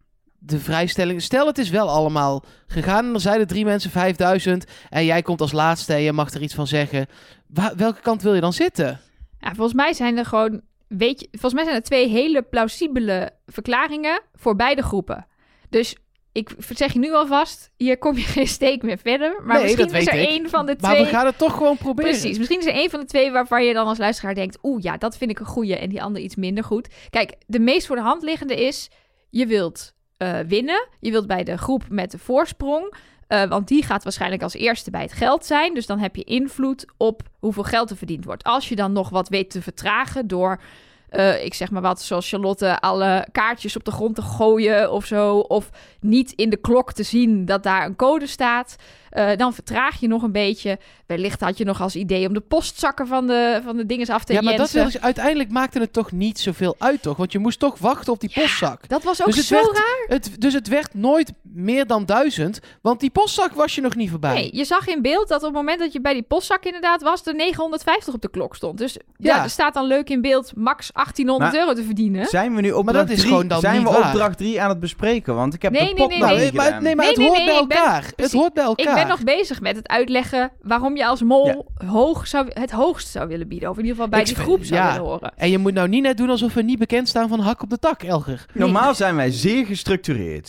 Speaker 1: de vrijstelling... Stel, het is wel allemaal gegaan en er zijn er drie mensen vijfduizend... en jij komt als laatste en je mag er iets van zeggen. Wa- welke kant wil je dan zitten?
Speaker 3: Ja, volgens mij zijn er gewoon... Weet je, volgens mij zijn er twee hele plausibele verklaringen voor beide groepen. Dus ik zeg je nu alvast, hier kom je geen steek meer verder. Maar
Speaker 1: nee,
Speaker 3: misschien
Speaker 1: dat
Speaker 3: is
Speaker 1: weet
Speaker 3: er
Speaker 1: ik.
Speaker 3: één van de
Speaker 1: maar
Speaker 3: twee...
Speaker 1: Maar we gaan het toch gewoon proberen.
Speaker 3: Precies, misschien is er één van de twee waarvan je dan als luisteraar denkt... Oeh, ja, dat vind ik een goeie en die andere iets minder goed. Kijk, de meest voor de hand liggende is... Je wilt... Uh, winnen. Je wilt bij de groep met de voorsprong. Uh, want die gaat waarschijnlijk als eerste bij het geld zijn. Dus dan heb je invloed op hoeveel geld er verdiend wordt. Als je dan nog wat weet te vertragen door... Uh, ik zeg maar wat, zoals Charlotte, alle kaartjes op de grond te gooien of zo. Of niet in de klok te zien dat daar een code staat. Uh, dan vertraag je nog een beetje. Wellicht had je nog als idee om de postzakken van de, van de dinges af te
Speaker 1: Ja, maar
Speaker 3: jensen.
Speaker 1: dat wil, uiteindelijk maakte het toch niet zoveel uit, toch? Want je moest toch wachten op die
Speaker 3: ja,
Speaker 1: postzak.
Speaker 3: Dat was ook
Speaker 1: dus het
Speaker 3: zo
Speaker 1: werd,
Speaker 3: raar.
Speaker 1: Het, dus het werd nooit meer dan duizend, want die postzak was je nog niet voorbij.
Speaker 3: Nee, je zag in beeld dat op het moment dat je bij die postzak inderdaad was, er negenhonderdvijftig op de klok stond. Dus
Speaker 1: ja,
Speaker 3: ja, er staat dan leuk in beeld max achttienhonderd euro te verdienen.
Speaker 2: Zijn we nu op
Speaker 1: maar dat is gewoon dan
Speaker 2: zijn
Speaker 1: niet
Speaker 2: we
Speaker 1: waar.
Speaker 2: opdracht drie aan het bespreken? Want ik heb
Speaker 3: nee,
Speaker 2: de
Speaker 3: nee,
Speaker 2: pot
Speaker 3: nee,
Speaker 2: nog
Speaker 3: nee.
Speaker 2: niet
Speaker 1: maar,
Speaker 2: gedaan.
Speaker 1: nee, maar
Speaker 3: Nee,
Speaker 1: het
Speaker 3: nee,
Speaker 1: hoort
Speaker 3: nee,
Speaker 1: bij
Speaker 3: ik ben-
Speaker 1: elkaar. Het
Speaker 3: precies.
Speaker 1: hoort bij elkaar.
Speaker 3: Ik ben nog bezig met het uitleggen waarom je als mol ja. hoog zou, het hoogst zou willen bieden. Of in ieder geval bij
Speaker 1: Ik
Speaker 3: die
Speaker 1: vind-
Speaker 3: groep zou
Speaker 1: ja.
Speaker 3: willen horen.
Speaker 1: En je moet nou niet net doen alsof we niet bekend staan van hak op de tak, Elger.
Speaker 2: Normaal zijn wij zeer gestructureerd.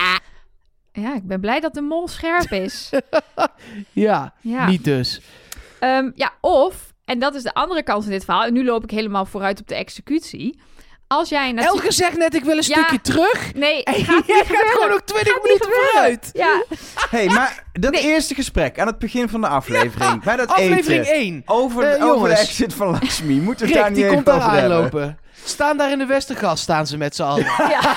Speaker 3: Ja, ik ben blij dat de mol scherp is.
Speaker 1: Ja,
Speaker 3: Ja.
Speaker 1: niet dus.
Speaker 3: Um, ja, of, en dat is de andere kant van dit verhaal. En nu loop ik helemaal vooruit op de executie. Als jij natuurlijk...
Speaker 1: Elger zegt net, ik wil een
Speaker 3: Ja.
Speaker 1: stukje terug.
Speaker 3: Nee,
Speaker 1: En
Speaker 3: gaat
Speaker 1: jij
Speaker 3: niet
Speaker 1: gaat
Speaker 3: gebeuren.
Speaker 1: gewoon nog twintig
Speaker 3: Gaat niet
Speaker 1: minuten
Speaker 3: gebeuren.
Speaker 1: vooruit.
Speaker 3: Ja,
Speaker 2: Hé, hey, maar dat
Speaker 3: Nee.
Speaker 2: eerste gesprek aan het begin van de aflevering. bij dat
Speaker 1: Aflevering
Speaker 2: eten.
Speaker 1: één.
Speaker 2: Over,
Speaker 1: Eh,
Speaker 2: over de
Speaker 1: jongens.
Speaker 2: exit van Lakshmi. Moeten we het daar
Speaker 1: Rick,
Speaker 2: niet
Speaker 1: die
Speaker 2: even
Speaker 1: komt daar
Speaker 2: over hebben?
Speaker 1: aanlopen. Staan daar in de Westergast, staan ze met z'n allen.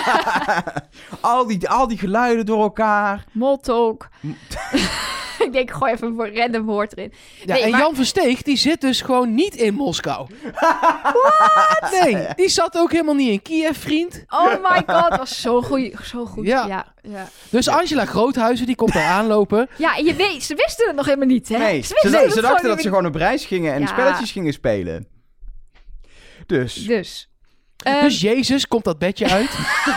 Speaker 2: al, die, al die geluiden door elkaar.
Speaker 3: Moltalk. Ik denk, gooi even een random woord erin.
Speaker 1: Ja,
Speaker 3: Nee,
Speaker 1: en
Speaker 3: maar-
Speaker 1: Jan Versteeg, die zit dus gewoon niet in Moskou. Wat? Nee, die zat ook helemaal niet in Kiev, vriend.
Speaker 3: Oh my god, was zo goed. Zo goed.
Speaker 1: Ja.
Speaker 3: Ja. Ja, ja.
Speaker 1: Dus Angela Groothuizen, die komt daar aanlopen.
Speaker 3: Ja, en je weet, ze wisten het nog helemaal niet, hè?
Speaker 2: Nee,
Speaker 3: ze
Speaker 2: ze,
Speaker 3: wisten
Speaker 2: ze
Speaker 3: het
Speaker 2: dachten
Speaker 3: gewoon
Speaker 2: dat ze
Speaker 3: niet.
Speaker 2: gewoon op reis gingen en
Speaker 3: Ja.
Speaker 2: spelletjes gingen spelen. Dus.
Speaker 3: Dus. Ehm,
Speaker 1: Dus Jezus komt dat bedje uit.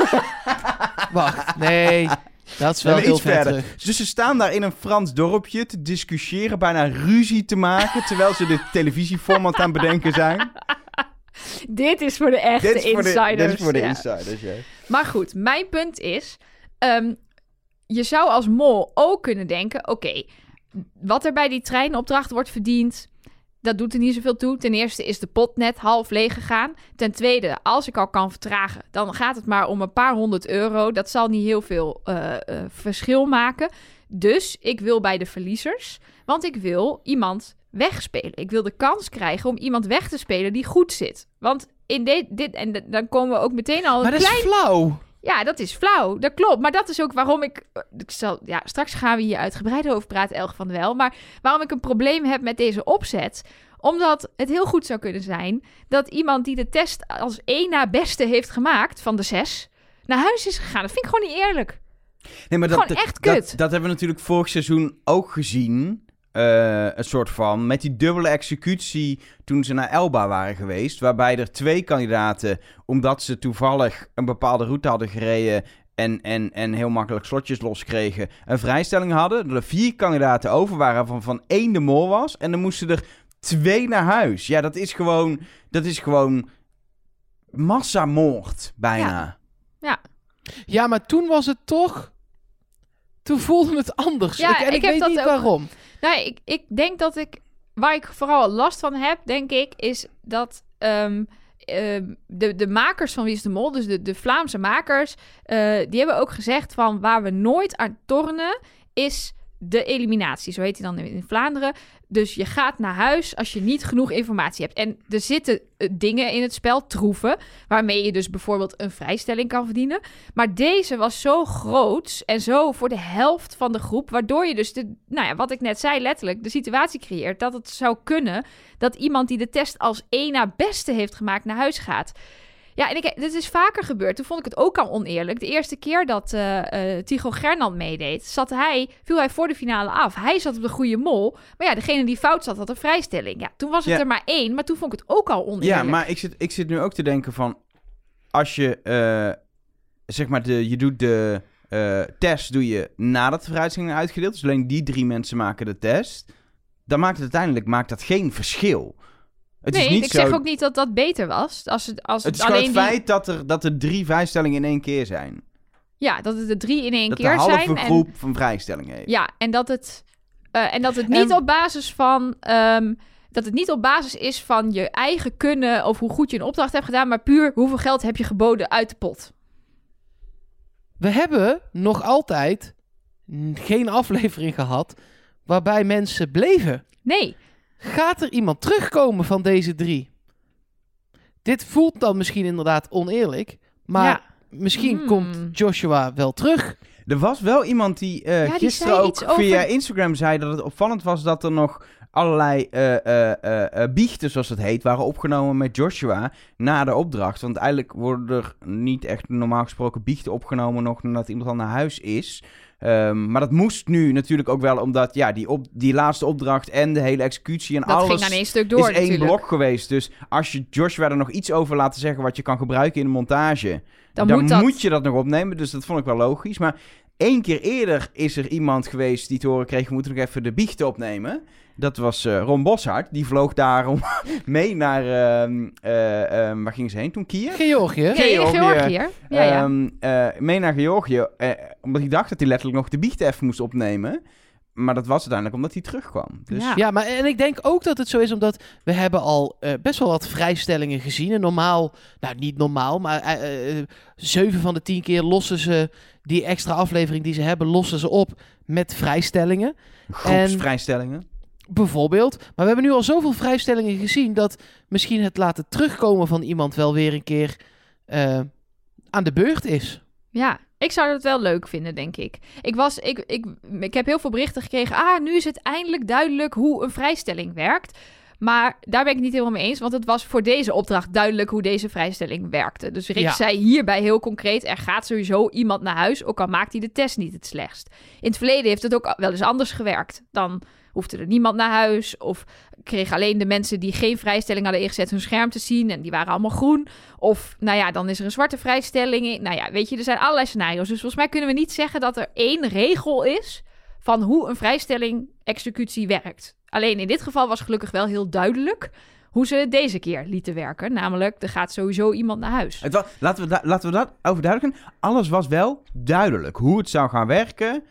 Speaker 1: Wacht, nee. Dat is wel
Speaker 2: Nee,
Speaker 1: heel
Speaker 2: iets
Speaker 1: ver
Speaker 2: verder.
Speaker 1: terug.
Speaker 2: Dus ze staan daar in een Frans dorpje te discussiëren, bijna ruzie te maken, terwijl ze dit televisieformat aan het bedenken zijn.
Speaker 3: dit is voor de echte
Speaker 2: Dit is voor de,
Speaker 3: insiders.
Speaker 2: dit is voor de
Speaker 3: ja.
Speaker 2: insiders, ja.
Speaker 3: Maar goed, mijn punt is... ehm, je zou als mol ook kunnen denken... Oké, wat er bij die treinopdracht wordt verdiend... Dat doet er niet zoveel toe. Ten eerste is de pot net half leeg gegaan. Ten tweede, als ik al kan vertragen... dan gaat het maar om een paar honderd euro. Dat zal niet heel veel uh, uh, verschil maken. Dus ik wil bij de verliezers... want ik wil iemand wegspelen. Ik wil de kans krijgen om iemand weg te spelen die goed zit. Want in de, dit... en de, dan komen we ook meteen al...
Speaker 1: Maar
Speaker 3: een
Speaker 1: dat
Speaker 3: klein...
Speaker 1: is flauw.
Speaker 3: Ja, dat is flauw. Dat klopt. Maar dat is ook waarom ik... ik zal, ja, straks gaan we hier uitgebreider over praten, Elge van der Wel. Maar waarom ik een probleem heb met deze opzet... Omdat het heel goed zou kunnen zijn... dat iemand die de test als één na beste heeft gemaakt... van de zes, naar huis is gegaan. Dat vind ik gewoon niet eerlijk.
Speaker 2: Nee, maar
Speaker 3: Gewoon
Speaker 2: dat,
Speaker 3: echt
Speaker 2: dat,
Speaker 3: kut.
Speaker 2: Dat, dat hebben we natuurlijk vorig seizoen ook gezien. Uh, een soort van, met die dubbele executie toen ze naar Elba waren geweest. Waarbij er twee kandidaten, omdat ze toevallig een bepaalde route hadden gereden... En, en, en heel makkelijk slotjes loskregen, een vrijstelling hadden. Dat er vier kandidaten over waren, waarvan van één de mol was. En dan moesten er twee naar huis. Ja, dat is gewoon, dat is gewoon massamoord, bijna.
Speaker 3: Ja.
Speaker 1: Ja, maar toen was het toch... Toen voelde het anders.
Speaker 3: Ja,
Speaker 1: ik, en ik,
Speaker 3: ik heb
Speaker 1: weet
Speaker 3: dat
Speaker 1: niet
Speaker 3: ook-
Speaker 1: waarom.
Speaker 3: Nou, ik, ik denk dat ik... Waar ik vooral last van heb, denk ik... is dat... Um, uh, de, de makers van Wie is de Mol, dus de, de Vlaamse makers, uh, die hebben ook gezegd van waar we nooit aan tornen is de eliminatie. Zo heet hij dan in, in Vlaanderen. Dus je gaat naar huis als je niet genoeg informatie hebt. En er zitten uh, dingen in het spel, troeven, waarmee je dus bijvoorbeeld een vrijstelling kan verdienen. Maar deze was zo groot en zo voor de helft van de groep, waardoor je dus, de, nou ja, wat ik net zei, letterlijk de situatie creëert dat het zou kunnen dat iemand die de test als één na beste heeft gemaakt naar huis gaat. Ja, en ik, dit is vaker gebeurd. Toen vond ik het ook al oneerlijk. De eerste keer dat uh, uh, Tycho Gernand meedeed, zat hij, viel hij voor de finale af. Hij zat op de goede mol. Maar ja, degene die fout zat, had een vrijstelling. Ja, toen was het
Speaker 2: ja.
Speaker 3: er maar één, maar toen vond ik het ook al oneerlijk.
Speaker 2: Ja, maar ik zit, ik zit nu ook te denken van, als je, uh, zeg maar, de, je doet de uh, test doe je nadat de vrijstelling uitgedeeld. Dus alleen die drie mensen maken de test. Dan maakt het uiteindelijk maakt dat geen verschil. Het
Speaker 3: nee,
Speaker 2: is niet
Speaker 3: ik
Speaker 2: zo...
Speaker 3: zeg ook niet dat dat beter was. Als het, als
Speaker 2: het
Speaker 3: het
Speaker 2: is
Speaker 3: alleen
Speaker 2: gewoon het
Speaker 3: die...
Speaker 2: feit dat er, dat er drie vrijstellingen in één keer zijn.
Speaker 3: Ja, dat het er drie in één
Speaker 2: dat
Speaker 3: keer zijn.
Speaker 2: Dat de halve
Speaker 3: en...
Speaker 2: groep van vrijstellingen heeft.
Speaker 3: Ja, en dat het, uh, en dat het niet
Speaker 2: en...
Speaker 3: op basis van... Um, dat het niet op basis is van je eigen kunnen of hoe goed je een opdracht hebt gedaan, maar puur hoeveel geld heb je geboden uit de pot.
Speaker 1: We hebben nog altijd geen aflevering gehad waarbij mensen bleven.
Speaker 3: Nee.
Speaker 1: Gaat er iemand terugkomen van deze drie? Dit voelt dan misschien inderdaad oneerlijk, maar ja. misschien mm. komt Joshua wel terug.
Speaker 2: Er was wel iemand die uh,
Speaker 3: ja,
Speaker 2: gisteren
Speaker 3: die
Speaker 2: ook via over... Instagram zei dat het opvallend was dat er nog allerlei uh, uh, uh, biechten, zoals het heet, waren opgenomen met Joshua na de opdracht. Want eigenlijk worden er niet echt normaal gesproken biechten opgenomen nog nadat iemand al naar huis is. Um, maar dat moest nu natuurlijk ook wel, omdat ja, die, op, die laatste opdracht en de hele executie en
Speaker 3: dat
Speaker 2: alles
Speaker 3: ging aan één stuk door,
Speaker 2: is één
Speaker 3: natuurlijk.
Speaker 2: blok geweest. Dus als je Joshua er nog iets over laat zeggen wat je kan gebruiken in de montage,
Speaker 3: dan,
Speaker 2: dan
Speaker 3: moet, dat...
Speaker 2: moet je dat nog opnemen. Dus dat vond ik wel logisch. Maar één keer eerder is er iemand geweest die te horen kreeg, we moeten nog even de biechten opnemen. Dat was uh, Ron Boshart. Die vloog daarom mee naar... Uh, uh, uh, waar ging ze heen toen? Kiev?
Speaker 1: Georgië.
Speaker 3: Georgië. Georgië. Ja, ja.
Speaker 2: Um, uh, mee naar Georgië. Uh, omdat hij dacht dat hij letterlijk nog de biechten even moest opnemen. Maar dat was uiteindelijk omdat hij terugkwam. Dus...
Speaker 1: Ja. ja, maar en ik denk ook dat het zo is omdat we hebben al uh, best wel wat vrijstellingen gezien. En normaal, nou niet normaal, maar uh, uh, zeven van de tien keer lossen ze die extra aflevering die ze hebben, lossen ze op met vrijstellingen.
Speaker 2: Groepsvrijstellingen.
Speaker 1: Bijvoorbeeld. Maar we hebben nu al zoveel vrijstellingen gezien dat misschien het laten terugkomen van iemand wel weer een keer uh, aan de beurt is.
Speaker 3: Ja, ik zou het wel leuk vinden, denk ik. Ik, was, ik, ik, ik heb heel veel berichten gekregen. Ah, nu is het eindelijk duidelijk hoe een vrijstelling werkt. Maar daar ben ik het niet helemaal mee eens. Want het was voor deze opdracht duidelijk hoe deze vrijstelling werkte. Dus Rick ja. zei hierbij heel concreet, er gaat sowieso iemand naar huis, ook al maakt hij de test niet het slechtst. In het verleden heeft het ook wel eens anders gewerkt. Dan hoefde er niemand naar huis of kreeg alleen de mensen die geen vrijstelling hadden ingezet hun scherm te zien en die waren allemaal groen. Of, nou ja, dan is er een zwarte vrijstelling. Nou ja, weet je, er zijn allerlei scenario's. Dus volgens mij kunnen we niet zeggen dat er één regel is van hoe een vrijstelling-executie werkt. Alleen in dit geval was gelukkig wel heel duidelijk hoe ze het deze keer lieten werken. Namelijk, er gaat sowieso iemand naar huis.
Speaker 2: Het was, laten, we da- laten we dat overduidelijken. Alles was wel duidelijk. Hoe het zou gaan werken.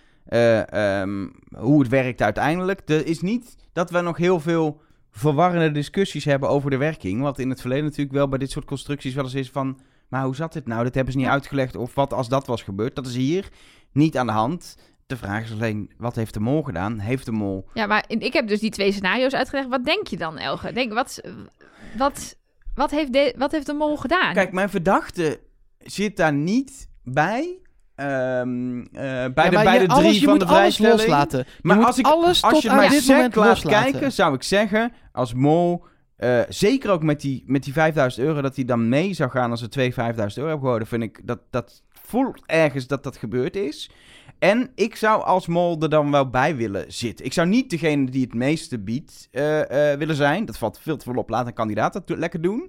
Speaker 2: Uh, um, hoe het werkt uiteindelijk. Er is niet dat we nog heel veel verwarrende discussies hebben over de werking. Wat in het verleden natuurlijk wel bij dit soort constructies wel eens is van, maar hoe zat dit nou? Dat hebben ze niet ja. uitgelegd. Of wat als dat was gebeurd. Dat is hier niet aan de hand. De vraag is alleen, wat heeft de mol gedaan? Heeft de mol...
Speaker 3: Ja, maar ik heb dus die twee scenario's uitgelegd. Wat denk je dan, Elge? Denk, wat, wat, wat, heeft de, wat heeft de mol gedaan?
Speaker 2: Kijk, mijn verdachte zit daar niet bij. Um, uh, bij,
Speaker 1: ja,
Speaker 2: de, bij
Speaker 1: je,
Speaker 2: de drie
Speaker 1: alles,
Speaker 2: van de vrijstelling.
Speaker 1: Loslaten. Je
Speaker 2: maar
Speaker 1: moet
Speaker 2: als, ik,
Speaker 1: alles
Speaker 2: als
Speaker 1: tot
Speaker 2: je
Speaker 1: aan
Speaker 2: mij
Speaker 1: dit
Speaker 2: sec
Speaker 1: moment
Speaker 2: laat
Speaker 1: loslaten.
Speaker 2: kijken, zou ik zeggen, als mol, uh, zeker ook met die, met die vijfduizend euro, dat hij dan mee zou gaan als er twee vijfduizend euro hebben gehouden, vind ik dat dat voelt ergens dat dat gebeurd is. En ik zou als mol er dan wel bij willen zitten. Ik zou niet degene die het meeste biedt uh, uh, willen zijn. Dat valt veel te veel op. Laat een kandidaat dat lekker doen.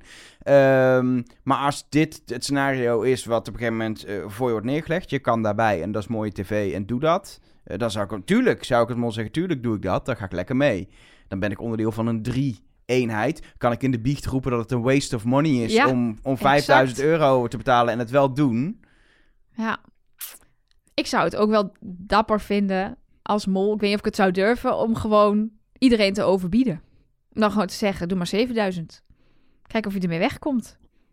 Speaker 2: Um, maar als dit het scenario is wat op een gegeven moment uh, voor je wordt neergelegd. Je kan daarbij en dat is mooie tv en doe dat. Uh, dan zou ik natuurlijk, zou ik het mol zeggen, tuurlijk doe ik dat. Dan ga ik lekker mee. Dan ben ik onderdeel van een drie eenheid. Kan ik in de biecht roepen dat het een waste of money is ja, om, om vijfduizend euro te betalen en het wel doen.
Speaker 3: Ja. Ik zou het ook wel dapper vinden als mol. Ik weet niet of ik het zou durven om gewoon iedereen te overbieden. Om dan gewoon te zeggen, doe maar zevenduizend. Kijk of je ermee wegkomt.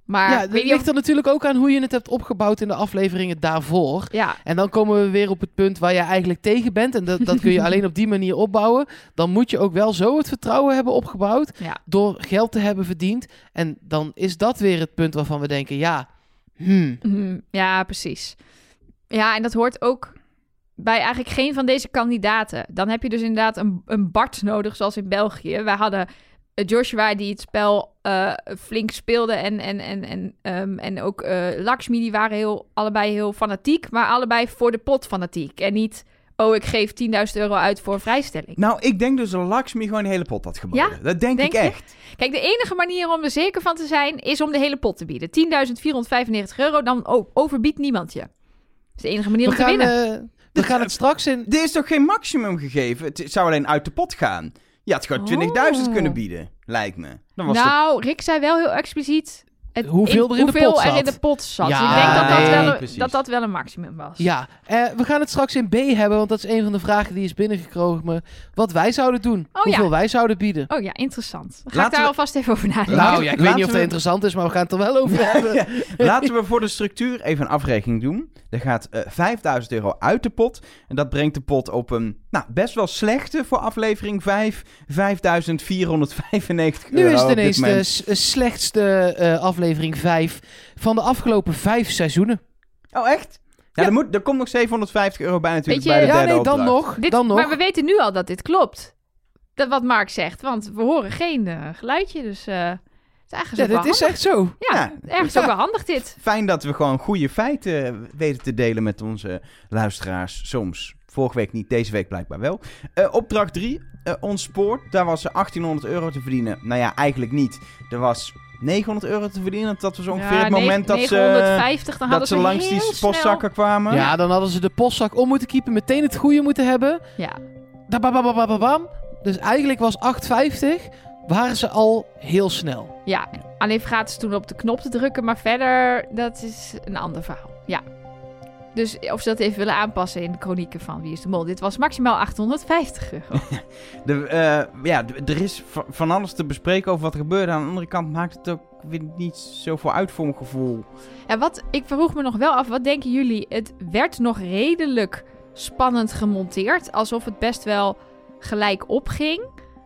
Speaker 3: Maar
Speaker 1: ja, het ligt of... er natuurlijk ook aan hoe je het hebt opgebouwd in de afleveringen daarvoor.
Speaker 3: Ja.
Speaker 1: En dan komen we weer op het punt waar je eigenlijk tegen bent. En dat, dat kun je alleen op die manier opbouwen. Dan moet je ook wel zo het vertrouwen hebben opgebouwd.
Speaker 3: Ja. Door
Speaker 1: geld te hebben verdiend. En dan is dat weer het punt waarvan we denken, ja... Hmm.
Speaker 3: Hmm, ja, precies. Ja, en dat hoort ook bij eigenlijk geen van deze kandidaten. Dan heb je dus inderdaad een, een Bart nodig, zoals in België. Wij hadden Joshua die het spel uh, flink speelde en, en, en, en, um, en ook uh, Lakshmi, die waren heel, allebei heel fanatiek, maar allebei voor de pot fanatiek. En niet, oh, ik geef tienduizend euro uit voor een vrijstelling.
Speaker 2: Nou, ik denk dus dat Lakshmi gewoon de hele pot had geboden. Ja? Dat denk, denk ik echt.
Speaker 3: Je? Kijk, de enige manier om er zeker van te zijn, is om de hele pot te bieden. tienduizend vierhonderdvijfennegentig euro, dan oh, overbiedt niemand je. Dat is de enige manier
Speaker 1: we
Speaker 3: om te
Speaker 1: gaan,
Speaker 3: winnen.
Speaker 1: Uh, we gaan het straks in...
Speaker 2: Er is toch geen maximum gegeven? Het zou alleen uit de pot gaan. Je had gewoon twintigduizend kunnen bieden, lijkt me. Dan was
Speaker 3: nou,
Speaker 2: het...
Speaker 3: Rick zei wel heel expliciet...
Speaker 1: Het, hoeveel er in
Speaker 3: hoeveel
Speaker 1: de pot zat.
Speaker 3: er in de pot zat.
Speaker 1: Ja,
Speaker 3: dus ik denk dat dat,
Speaker 2: nee,
Speaker 3: wel een, dat dat wel een maximum was.
Speaker 1: Ja, uh, we gaan het straks in B hebben, want dat is een van de vragen die is binnengekomen. Wat wij zouden doen.
Speaker 3: Oh,
Speaker 1: hoeveel
Speaker 3: ja.
Speaker 1: wij zouden bieden.
Speaker 3: Oh ja, interessant. Dan ga
Speaker 2: Laten
Speaker 3: ik daar
Speaker 2: we...
Speaker 3: alvast even over nadenken.
Speaker 1: Nou ja, ik weet niet of
Speaker 2: we...
Speaker 1: het interessant is, maar we gaan het er wel over hebben.
Speaker 2: ja. Laten we voor de structuur even een afrekening doen. Er gaat uh, vijfduizend euro uit de pot. En dat brengt de pot op een nou, best wel slechte voor aflevering vijf. vijfduizend vierhonderdvijfennegentig euro.
Speaker 1: Nu is het ineens de s- slechtste uh, aflevering vijf van de afgelopen vijf seizoenen.
Speaker 2: Oh, echt? Ja, ja. Er, moet, er komt nog zevenhonderdvijftig euro bij natuurlijk
Speaker 3: je,
Speaker 2: bij de
Speaker 1: ja,
Speaker 2: derde
Speaker 1: nee,
Speaker 2: opdracht.
Speaker 1: dan nog,
Speaker 3: dit,
Speaker 1: dan nog.
Speaker 3: Maar we weten nu al dat dit klopt. Dat wat Mark zegt, want we horen geen uh, geluidje, dus... Uh, het is eigenlijk
Speaker 1: ja,
Speaker 3: ook
Speaker 1: dit
Speaker 3: wel
Speaker 1: is echt zo.
Speaker 3: Ja,
Speaker 2: Ja.
Speaker 3: ergens ja. ook wel handig dit.
Speaker 2: Fijn dat we gewoon goede feiten weten te delen met onze luisteraars. Soms. Vorige week niet, deze week blijkbaar wel. Uh, opdracht drie, uh, ons spoor. Daar was er achttienhonderd euro te verdienen. Nou ja, eigenlijk niet. Er was negenhonderd euro te verdienen. Dat was ongeveer ja, het moment dat
Speaker 3: negenhonderdvijftig, dan
Speaker 2: ze, dat ze langs die postzakken kwamen.
Speaker 1: Ja, dan hadden ze de postzak om moeten kiepen. Meteen het goede moeten hebben.
Speaker 3: Ja.
Speaker 1: Dabababababam. Dus eigenlijk was acht vijftig. Waren ze al heel snel.
Speaker 3: Ja, alleen vergaat ze toen op de knop te drukken. Maar verder, dat is een ander verhaal. Ja. Dus of ze dat even willen aanpassen in de chronieken van Wie is de Mol. Dit was maximaal achthonderdvijftig euro.
Speaker 2: de, uh, ja, er is van alles te bespreken over wat er gebeurde. Aan de andere kant maakt het ook weer niet zoveel uit voor mijn gevoel.
Speaker 3: Ja, wat, ik vroeg me nog wel af, wat denken jullie? Het werd nog redelijk spannend gemonteerd. Alsof het best wel gelijk opging.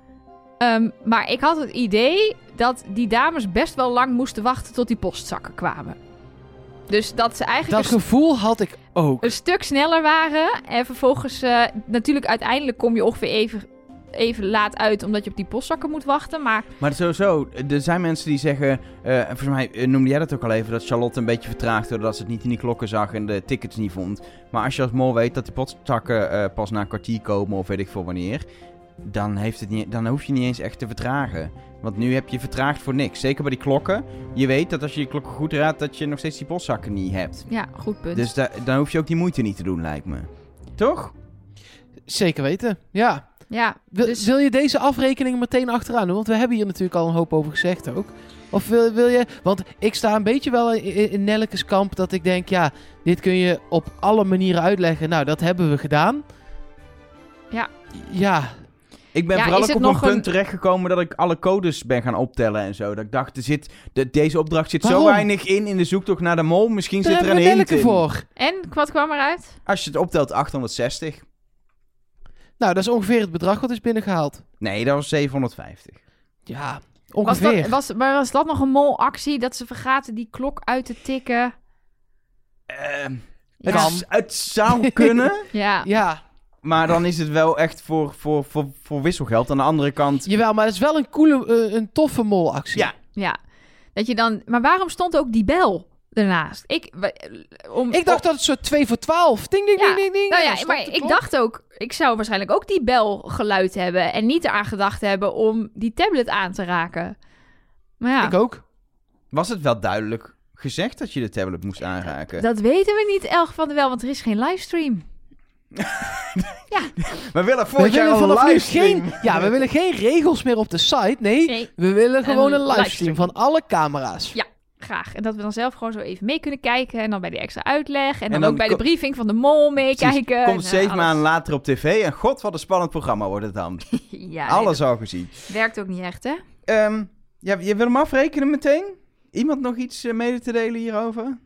Speaker 3: Um, maar ik had het idee dat die dames best wel lang moesten wachten tot die postzakken kwamen. Dus dat ze eigenlijk...
Speaker 1: Dat gevoel had ik ook.
Speaker 3: Een stuk sneller waren. En vervolgens... Uh, natuurlijk uiteindelijk kom je ongeveer even, even laat uit... omdat je op die postzakken moet wachten. Maar,
Speaker 2: maar sowieso, er zijn mensen die zeggen... Uh, volgens mij uh, noemde jij dat ook al even... dat Charlotte een beetje vertraagde... doordat ze het niet in die klokken zag... en de tickets niet vond. Maar als je als mol weet dat die postzakken... Uh, pas na een kwartier komen... of weet ik veel wanneer... Dan, heeft het niet, dan hoef je niet eens echt te vertragen. Want nu heb je vertraagd voor niks. Zeker bij die klokken. Je weet dat als je je klokken goed raadt... dat je nog steeds die postzakken niet hebt.
Speaker 3: Ja, goed punt.
Speaker 2: Dus da- dan hoef je ook die moeite niet te doen, lijkt me. Toch?
Speaker 1: Zeker weten, ja.
Speaker 3: ja
Speaker 1: wil,
Speaker 3: dus...
Speaker 1: wil je deze afrekening meteen achteraan doen? Want we hebben hier natuurlijk al een hoop over gezegd ook. Of wil, wil je... Want ik sta een beetje wel in, in Nellekes kamp... dat ik denk, ja, dit kun je op alle manieren uitleggen. Nou, dat hebben we gedaan.
Speaker 3: Ja.
Speaker 1: Ja...
Speaker 2: Ik ben
Speaker 3: ja,
Speaker 2: vooral ook op een punt
Speaker 3: een...
Speaker 2: terechtgekomen dat ik alle codes ben gaan optellen en zo. Dat ik dacht, er zit, de, deze opdracht zit
Speaker 1: Waarom?
Speaker 2: zo weinig in, in de zoektocht naar de mol. Misschien
Speaker 1: Daar
Speaker 2: zit er een
Speaker 1: hebben we
Speaker 2: hint in.
Speaker 1: voor.
Speaker 3: En, wat kwam eruit?
Speaker 2: Als je het optelt, achthonderdzestig.
Speaker 1: Nou, dat is ongeveer het bedrag wat is binnengehaald.
Speaker 2: Nee, dat was zevenhonderdvijftig.
Speaker 1: Ja, ongeveer.
Speaker 3: Was dat, was, maar was dat nog een molactie? Dat ze vergaten die klok uit te tikken?
Speaker 2: Uh,
Speaker 3: ja.
Speaker 2: het, het zou kunnen.
Speaker 3: ja.
Speaker 1: Ja.
Speaker 2: Maar dan is het wel echt voor, voor, voor, voor wisselgeld. Aan de andere kant...
Speaker 1: Jawel, maar het is wel een coole, uh, een toffe molactie.
Speaker 2: Ja.
Speaker 3: Ja. Dat je dan... Maar waarom stond ook die bel ernaast? Ik, om,
Speaker 1: ik dacht dat het zo twee voor twaalf. Ding, ding,
Speaker 3: ja.
Speaker 1: ding, ding, ding.
Speaker 3: Nou ja,
Speaker 1: ja
Speaker 3: maar ik dacht ook... Ik zou waarschijnlijk ook die belgeluid hebben... en niet eraan gedacht hebben om die tablet aan te raken. Maar ja.
Speaker 1: Ik ook.
Speaker 2: Was het wel duidelijk gezegd dat je de tablet moest aanraken?
Speaker 3: Dat weten we niet, Elg van de Wel, want er is geen livestream. ja.
Speaker 2: We willen volgend
Speaker 1: we
Speaker 2: jaar
Speaker 1: willen
Speaker 2: een
Speaker 1: vanaf
Speaker 2: livestream.
Speaker 1: Nu geen, ja, we willen geen regels meer op de site. Nee, nee. we willen gewoon een, een livestream, livestream van alle camera's.
Speaker 3: Ja, graag. En dat we dan zelf gewoon zo even mee kunnen kijken. En dan bij de extra uitleg. En dan,
Speaker 2: en dan
Speaker 3: ook bij de briefing van de mol meekijken.
Speaker 2: Komt
Speaker 3: uh,
Speaker 2: zeven maanden later op tv. En god, wat een spannend programma wordt het dan.
Speaker 3: ja,
Speaker 2: Alles
Speaker 3: nee,
Speaker 2: al gezien.
Speaker 3: Werkt ook niet echt, hè?
Speaker 2: Um, ja, je wil hem afrekenen meteen? Iemand nog iets uh, mede te delen hierover?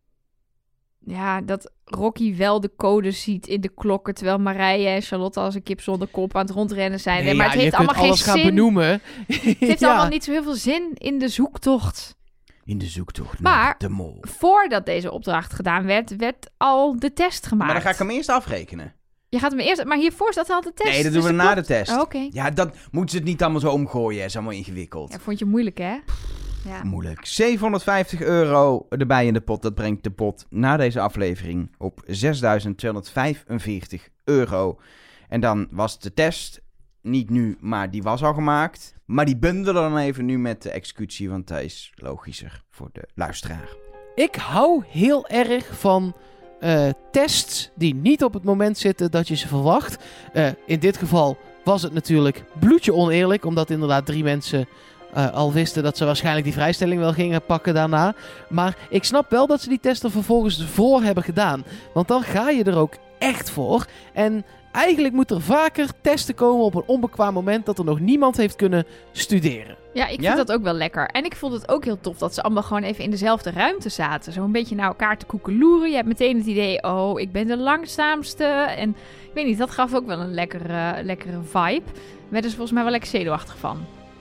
Speaker 3: Ja, dat Rocky wel de code ziet in de klokken, terwijl Marije en Charlotte als een kip zonder kop aan het rondrennen zijn.
Speaker 1: Nee,
Speaker 3: maar
Speaker 1: ja,
Speaker 3: het heeft allemaal geen
Speaker 1: alles
Speaker 3: zin.
Speaker 1: Gaan benoemen.
Speaker 3: Het heeft ja. allemaal niet zo heel veel zin in de zoektocht.
Speaker 2: In de zoektocht
Speaker 3: maar,
Speaker 2: naar de mol.
Speaker 3: Voordat deze opdracht gedaan werd, werd al de test gemaakt.
Speaker 2: Maar dan ga ik hem eerst afrekenen.
Speaker 3: Je gaat hem eerst... Maar hiervoor staat al de test.
Speaker 2: Nee, dat doen
Speaker 3: dus
Speaker 2: we na de test.
Speaker 3: Oh, Oké. Okay.
Speaker 2: Ja, dat moeten ze het niet allemaal zo omgooien. Dat is allemaal ingewikkeld.
Speaker 3: Ja, vond je moeilijk, hè? Ja.
Speaker 2: Moeilijk. zevenhonderdvijftig euro erbij in de pot. Dat brengt de pot na deze aflevering op zesduizend tweehonderdvijfenveertig euro. En dan was de test niet nu, maar die was al gemaakt. Maar die bundelen dan even nu met de executie, want dat is logischer voor de luisteraar.
Speaker 1: Ik hou heel erg van uh, tests die niet op het moment zitten dat je ze verwacht. Uh, in dit geval was het natuurlijk bloedje oneerlijk, omdat inderdaad drie mensen uh, al wisten dat ze waarschijnlijk die vrijstelling wel gingen pakken daarna. Maar ik snap wel dat ze die test er vervolgens voor hebben gedaan. Want dan ga je er ook echt voor. En eigenlijk moet er vaker testen komen op een onbekwaam moment dat er nog niemand heeft kunnen studeren.
Speaker 3: Ja, ik vind
Speaker 2: ja?
Speaker 3: dat ook wel lekker. En ik vond het ook heel tof dat ze allemaal gewoon even in dezelfde ruimte zaten. Zo een beetje naar elkaar te koekeloeren. Je hebt meteen het idee, oh, ik ben de langzaamste. En ik weet niet, dat gaf ook wel een lekkere, lekkere vibe. Werden ze volgens mij wel lekker zenuwachtig van.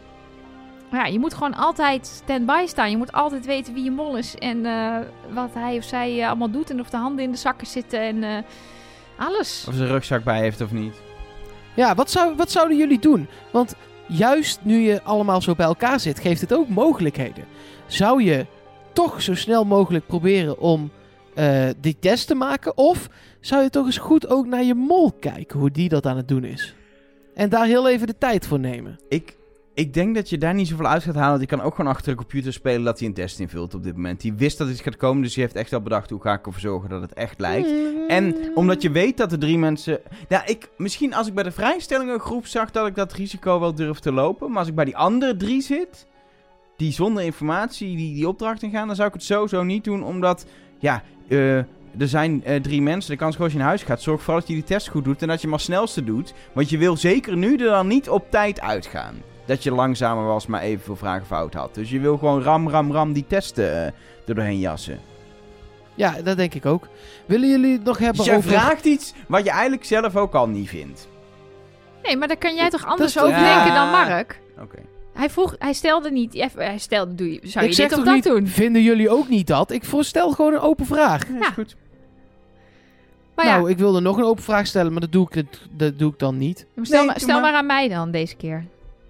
Speaker 3: Maar ja, je moet gewoon altijd stand-by staan. Je moet altijd weten wie je mol is en uh, wat hij of zij uh, allemaal doet. En of de handen in de zakken zitten en uh, alles.
Speaker 2: Of ze een rugzak bij heeft of niet.
Speaker 1: Ja, wat, zou, wat zouden jullie doen? Want juist nu je allemaal zo bij elkaar zit, geeft het ook mogelijkheden. Zou je toch zo snel mogelijk proberen om uh, die test te maken? Of zou je toch eens goed ook naar je mol kijken, hoe die dat aan het doen is? En daar heel even de tijd voor nemen.
Speaker 2: Ik, ik denk dat je daar niet zoveel uit gaat halen. Want die kan ook gewoon achter de computer spelen dat hij een test invult op dit moment. Die wist dat het gaat komen, dus die heeft echt al bedacht hoe ga ik ervoor zorgen dat het echt lijkt. Mm. En omdat je weet dat de drie mensen... Ja, ik, misschien als ik bij de vrijstellingengroep zag dat ik dat risico wel durf te lopen. Maar als ik bij die andere drie zit, die zonder informatie die, die opdracht ingaan, dan zou ik het sowieso niet doen. Omdat, ja... Uh, Er zijn uh, drie mensen. De kans dat je naar huis gaat. Zorg vooral dat je die test goed doet. En dat je hem als snelste doet. Want je wil zeker nu er dan niet op tijd uitgaan. Dat je langzamer was, maar evenveel vragen fout had. Dus je wil gewoon ram, ram, ram die testen uh, er doorheen jassen.
Speaker 1: Ja, dat denk ik ook. Willen jullie het nog hebben
Speaker 2: dus jij
Speaker 1: over...
Speaker 2: vraagt iets wat je eigenlijk zelf ook al niet vindt.
Speaker 3: Nee, maar daar kan jij toch anders
Speaker 1: dat
Speaker 3: over
Speaker 2: ja.
Speaker 3: denken dan Mark?
Speaker 2: Oké. Okay.
Speaker 3: Hij vroeg, hij stelde niet, hij stelde, doe je, zou
Speaker 1: ik
Speaker 3: je dit of dat
Speaker 1: niet,
Speaker 3: doen?
Speaker 1: Vinden jullie ook niet dat? Ik voorstel gewoon een open vraag.
Speaker 2: Ja,
Speaker 3: ja.
Speaker 2: is goed.
Speaker 3: Maar
Speaker 1: nou,
Speaker 3: ja.
Speaker 1: ik wilde nog een open vraag stellen, maar dat doe ik, dat doe ik dan niet.
Speaker 3: Stel,
Speaker 2: nee,
Speaker 3: maar, stel
Speaker 2: maar.
Speaker 3: maar aan mij dan, deze keer.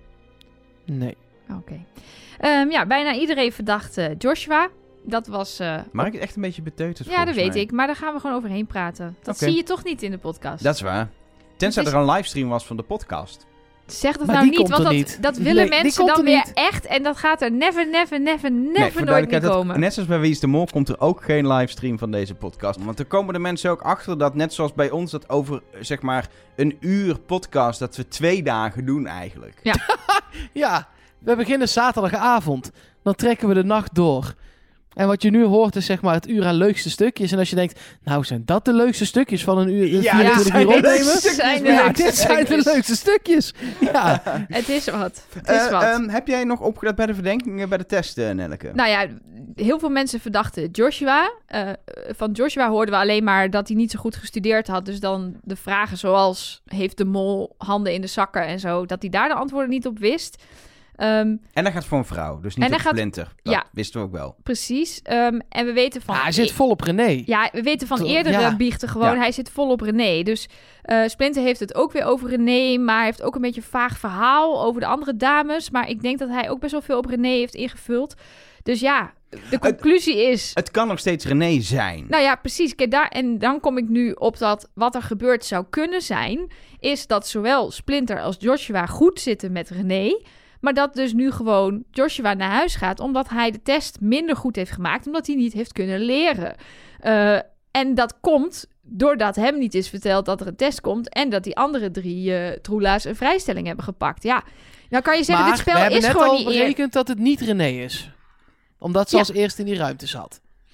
Speaker 1: Nee.
Speaker 3: Oké. Okay. Um, ja, bijna iedereen verdacht uh, Joshua. Dat was... Uh,
Speaker 2: maar ik het echt een beetje beteuterd.
Speaker 3: Ja, dat weet
Speaker 2: mij.
Speaker 3: ik. Maar daar gaan we gewoon overheen praten. Dat
Speaker 2: okay.
Speaker 3: zie je toch niet in de podcast.
Speaker 2: Dat is waar. Tenzij
Speaker 3: is...
Speaker 2: er een livestream was van de podcast.
Speaker 3: Zeg dat
Speaker 1: maar
Speaker 3: nou
Speaker 1: niet,
Speaker 3: want dat,
Speaker 1: niet.
Speaker 3: dat willen
Speaker 1: nee,
Speaker 3: mensen dan weer
Speaker 1: niet.
Speaker 3: echt. En dat gaat er never, never, never,
Speaker 2: nee,
Speaker 3: never nooit meer komen.
Speaker 2: Dat, net zoals bij Wie is de Mol komt er ook geen livestream van deze podcast. Want er komen de mensen ook achter dat net zoals bij ons dat over zeg maar een uur podcast dat we twee dagen doen eigenlijk.
Speaker 3: Ja.
Speaker 1: Ja, we beginnen zaterdagavond. Dan trekken we de nacht door. En wat je nu hoort is zeg maar het uur aan leukste stukjes. En als je denkt, nou zijn dat de leukste stukjes van een uur?
Speaker 2: Ja,
Speaker 1: vierentwintig uur opnemen?
Speaker 3: Zijn
Speaker 1: ja,
Speaker 3: leukste
Speaker 1: dit zijn de
Speaker 3: stukjes.
Speaker 1: leukste stukjes. Ja.
Speaker 3: Het is wat. Het is
Speaker 2: uh,
Speaker 3: wat.
Speaker 2: Um, heb jij nog opgelet bij de verdenkingen bij de test, uh, Nelleke?
Speaker 3: Nou ja, heel veel mensen verdachten Joshua. Uh, van Joshua hoorden we alleen maar dat hij niet zo goed gestudeerd had. Dus dan de vragen zoals, heeft de mol handen in de zakken en zo, dat hij daar de antwoorden niet op wist. Um,
Speaker 2: en hij gaat voor een vrouw, dus niet
Speaker 3: op
Speaker 2: gaat, Splinter. Dat
Speaker 3: ja,
Speaker 2: wisten we ook wel.
Speaker 3: Precies. Um, en we weten van...
Speaker 1: Ah, hij zit vol op René.
Speaker 3: Ja, we weten van
Speaker 1: Toch,
Speaker 3: eerdere
Speaker 1: ja.
Speaker 3: biechten gewoon,
Speaker 2: Ja.
Speaker 3: hij zit vol op René. Dus uh, Splinter heeft het ook weer over René, maar heeft ook een beetje een vaag verhaal over de andere dames. Maar ik denk dat hij ook best wel veel op René heeft ingevuld. Dus ja, de conclusie
Speaker 2: het,
Speaker 3: is...
Speaker 2: Het kan nog steeds René zijn.
Speaker 3: Nou ja, precies. Kijk, daar, en dan kom ik nu op dat wat er gebeurd zou kunnen zijn, is dat zowel Splinter als Joshua goed zitten met René, maar dat dus nu gewoon Joshua naar huis gaat, omdat hij de test minder goed heeft gemaakt, omdat hij niet heeft kunnen leren. Uh, en dat komt doordat hem niet is verteld dat er een test komt en dat die andere drie uh, troela's een vrijstelling hebben gepakt. Ja, dan kan je zeggen,
Speaker 1: maar
Speaker 3: dit spel
Speaker 1: we hebben
Speaker 3: is
Speaker 1: net
Speaker 3: gewoon
Speaker 1: al
Speaker 3: niet
Speaker 1: berekend dat het niet René is. Omdat ze
Speaker 3: Ja.
Speaker 1: als eerste in die ruimte zat.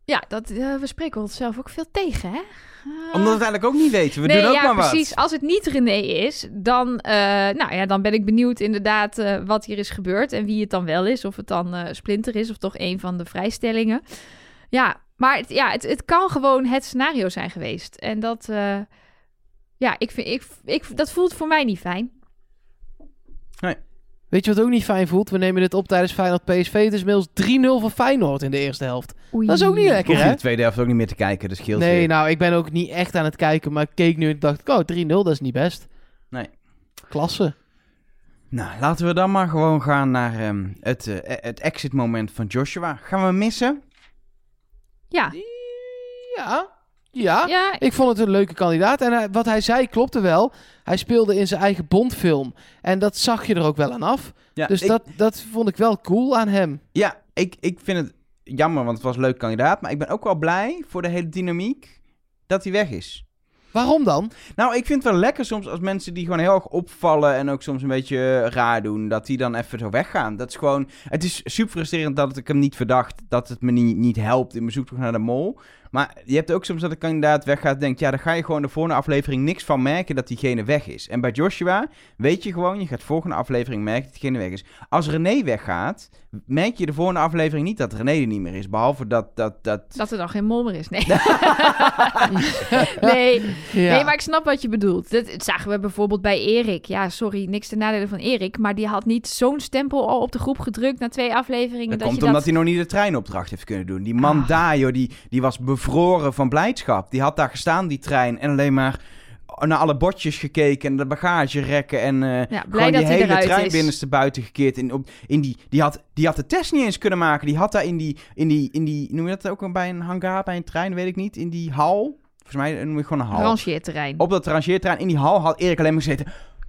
Speaker 3: Ja, dat, uh, we spreken onszelf ook veel tegen, hè? Uh,
Speaker 2: Omdat we het eigenlijk ook niet weten. We
Speaker 3: nee,
Speaker 2: doen ook
Speaker 3: ja,
Speaker 2: maar wat.
Speaker 3: precies. Als het niet René is, dan, uh, nou ja, dan ben ik benieuwd inderdaad uh, wat hier is gebeurd en wie het dan wel is. Of het dan uh, Splinter is of toch een van de vrijstellingen. Ja, maar het, ja, het, het kan gewoon het scenario zijn geweest. En dat, uh, ja, ik vind, ik, ik, dat voelt voor mij niet fijn.
Speaker 2: Nee.
Speaker 1: Weet je wat ook niet fijn voelt? We nemen dit op tijdens Feyenoord P S V. Het is inmiddels drie nul voor Feyenoord in de eerste helft.
Speaker 3: Oei.
Speaker 1: Dat is ook niet lekker,
Speaker 2: Hoef je
Speaker 1: hè?
Speaker 2: de tweede helft ook niet meer te kijken, dat scheelt
Speaker 1: Nee,
Speaker 2: weer.
Speaker 1: nou, ik ben ook niet echt aan het kijken, maar ik keek nu en ik dacht, oh, drie nul, dat is niet best.
Speaker 2: Nee.
Speaker 1: Klasse.
Speaker 2: Nou, laten we dan maar gewoon gaan naar um, het, uh, het exit moment van Joshua. Gaan we missen?
Speaker 3: Ja.
Speaker 1: Ja. Ja.
Speaker 3: Ja.
Speaker 1: Ik vond het een leuke kandidaat. En hij, wat hij zei klopte wel. Hij speelde in zijn eigen Bondfilm. En dat zag je er ook wel aan af.
Speaker 2: Ja,
Speaker 1: dus
Speaker 2: ik,
Speaker 1: dat, dat vond ik wel cool aan hem.
Speaker 2: Ja, ik, ik vind het jammer, want het was een leuk kandidaat. Maar ik ben ook wel blij voor de hele dynamiek dat hij weg is.
Speaker 1: Waarom dan?
Speaker 2: Nou, ik vind het wel lekker soms als mensen die gewoon heel erg opvallen en ook soms een beetje raar doen, dat die dan even zo weggaan. Dat is gewoon, het is super frustrerend dat ik hem niet verdacht, dat het me niet, niet helpt in mijn zoektocht naar de mol. Maar je hebt ook soms dat de kandidaat weggaat en denkt, ja, dan ga je gewoon de volgende aflevering niks van merken dat diegene weg is. En bij Joshua weet je gewoon, je gaat de volgende aflevering merken dat diegene weg is. Als René weggaat, merk je de volgende aflevering niet dat René er niet meer is. Behalve dat... Dat, dat...
Speaker 3: dat er dan geen mol meer is, nee. nee.
Speaker 1: Ja.
Speaker 3: nee, maar ik snap wat je bedoelt. Dat, dat zagen we bijvoorbeeld bij Erik. Ja, sorry, niks ten nadele van Erik. Maar die had niet zo'n stempel al op de groep gedrukt na twee afleveringen.
Speaker 2: Dat,
Speaker 3: dat
Speaker 2: komt
Speaker 3: je
Speaker 2: omdat
Speaker 3: dat...
Speaker 2: hij nog niet de treinopdracht heeft kunnen doen. Die man
Speaker 3: Ah.
Speaker 2: daar, joh, die, die was bevroren van blijdschap. Die had daar gestaan, die trein, en alleen maar naar alle bordjes gekeken en de bagagerekken en uh,
Speaker 3: Ja, blij
Speaker 2: gewoon
Speaker 3: dat
Speaker 2: die
Speaker 3: hij
Speaker 2: hele
Speaker 3: eruit
Speaker 2: trein
Speaker 3: is.
Speaker 2: binnenste buiten gekeerd. In, op, in die, die, had, die had de test niet eens kunnen maken. Die had daar in die, in die, in die noem je dat ook bij een hangar, bij een trein, weet ik niet, in die hal. Volgens mij noem je gewoon een hal.
Speaker 3: rangeerterrein.
Speaker 2: Op dat rangeerterrein, in die hal, had Erik alleen maar gezeten.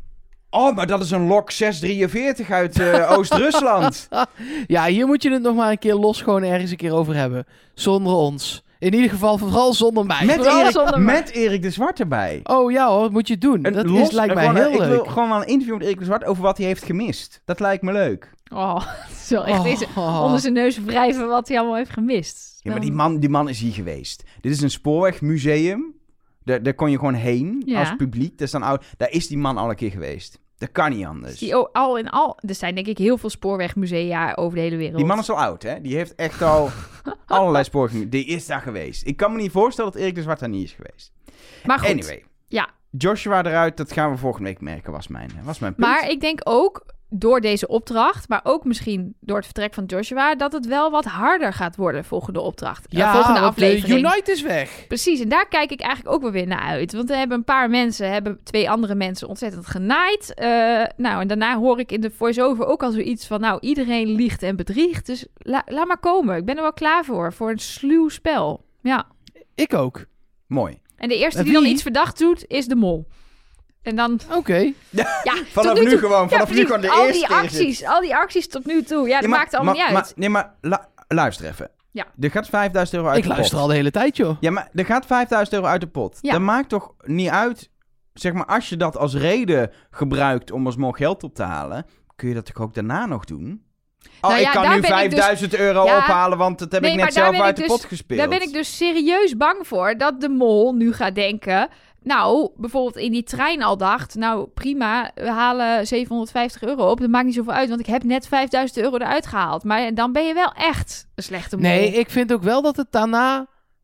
Speaker 2: Oh, maar dat is een lok zes drieënveertig uit uh, Oost-Rusland.
Speaker 1: Ja, hier moet je het nog maar een keer los gewoon ergens een keer over hebben. Zonder ons. In ieder geval vooral zonder mij.
Speaker 2: Met
Speaker 3: Vooral
Speaker 2: Erik,
Speaker 3: zonder mij.
Speaker 2: met Erik de Zwart erbij.
Speaker 1: Oh ja hoor, moet je doen.
Speaker 2: Een
Speaker 1: dat
Speaker 2: los-
Speaker 1: is, lijkt mij
Speaker 2: gewoon,
Speaker 1: heel
Speaker 2: ik
Speaker 1: leuk.
Speaker 2: wil gewoon wel een interview met Erik de Zwart over wat hij heeft gemist. Dat lijkt me leuk.
Speaker 3: Oh, zo echt
Speaker 1: Oh.
Speaker 3: deze onder zijn neus wrijven wat hij allemaal heeft gemist.
Speaker 2: Ja, maar
Speaker 3: Dan-
Speaker 2: die man, die man is hier geweest. Dit is een spoorwegmuseum. Daar, daar kon je gewoon heen
Speaker 3: Ja.
Speaker 2: als publiek. Dat is dan oud. Daar is die man al een keer geweest. Dat kan niet anders.
Speaker 3: Die, oh, al in al, er zijn denk ik heel veel spoorwegmusea over de hele wereld.
Speaker 2: Die man is al oud, hè? Die heeft echt al allerlei spoorwegmusea. Die is daar geweest. Ik kan me niet voorstellen dat Erik de Zwart daar niet is geweest.
Speaker 3: Maar goed,
Speaker 2: Anyway.
Speaker 3: ja.
Speaker 2: Joshua eruit, dat gaan we volgende week merken, was mijn, was mijn punt.
Speaker 3: Maar ik denk ook door deze opdracht, maar ook misschien door het vertrek van Joshua, dat het wel wat harder gaat worden volgende opdracht. eh,
Speaker 1: Ja,
Speaker 3: volgende
Speaker 1: want de
Speaker 3: aflevering.
Speaker 1: Unite is weg.
Speaker 3: Precies, en daar kijk ik eigenlijk ook wel weer naar uit. Want er hebben een paar mensen, hebben twee andere mensen ontzettend genaaid. Uh, nou, en daarna hoor ik in de voice-over ook al zoiets van, nou, iedereen liegt en bedriegt. Dus la- laat maar komen. Ik ben er wel klaar voor, voor een sluw spel. Ja.
Speaker 1: Ik ook.
Speaker 2: Mooi.
Speaker 3: En de eerste
Speaker 1: En
Speaker 3: die dan
Speaker 1: wie?
Speaker 3: iets verdacht doet, is de mol. En dan,
Speaker 1: Oké.
Speaker 3: ja,
Speaker 2: Vanaf
Speaker 3: tot
Speaker 2: nu
Speaker 3: toe-
Speaker 2: gewoon,
Speaker 3: ja,
Speaker 2: vanaf nu
Speaker 3: precies,
Speaker 2: gewoon de
Speaker 3: al
Speaker 2: eerste
Speaker 3: die acties, al die acties tot nu toe. Ja, dat
Speaker 2: Ja, maar-
Speaker 3: maakt allemaal
Speaker 2: maar-
Speaker 3: niet uit.
Speaker 2: Maar, nee, maar la- luister even.
Speaker 3: Ja.
Speaker 2: Er gaat vijfduizend euro uit
Speaker 1: Ik
Speaker 2: de
Speaker 1: luister
Speaker 2: pot.
Speaker 1: al de hele tijd, joh.
Speaker 2: Ja, maar er gaat vijfduizend euro uit de pot.
Speaker 3: Ja.
Speaker 2: Dat maakt toch niet uit, zeg maar, als je dat als reden gebruikt om alsnog geld op te halen, kun je dat toch ook daarna nog doen? Oh,
Speaker 3: Nou ja,
Speaker 2: ik kan
Speaker 3: daar
Speaker 2: nu
Speaker 3: ben ik dus-
Speaker 2: vijfduizend euro
Speaker 3: Ja.
Speaker 2: ophalen, want dat heb
Speaker 3: Nee,
Speaker 2: ik
Speaker 3: maar
Speaker 2: net
Speaker 3: daar
Speaker 2: zelf
Speaker 3: ben
Speaker 2: uit
Speaker 3: ik
Speaker 2: de
Speaker 3: dus-
Speaker 2: pot gespeeld.
Speaker 3: Daar ben ik dus serieus bang voor dat de mol nu gaat denken, nou, bijvoorbeeld in die trein al dacht, nou prima, we halen zevenhonderdvijftig euro op. Dat maakt niet zoveel uit, want ik heb net vijfduizend euro eruit gehaald. Maar dan ben je wel echt een slechte mol.
Speaker 1: Nee, ik vind ook wel dat het daarna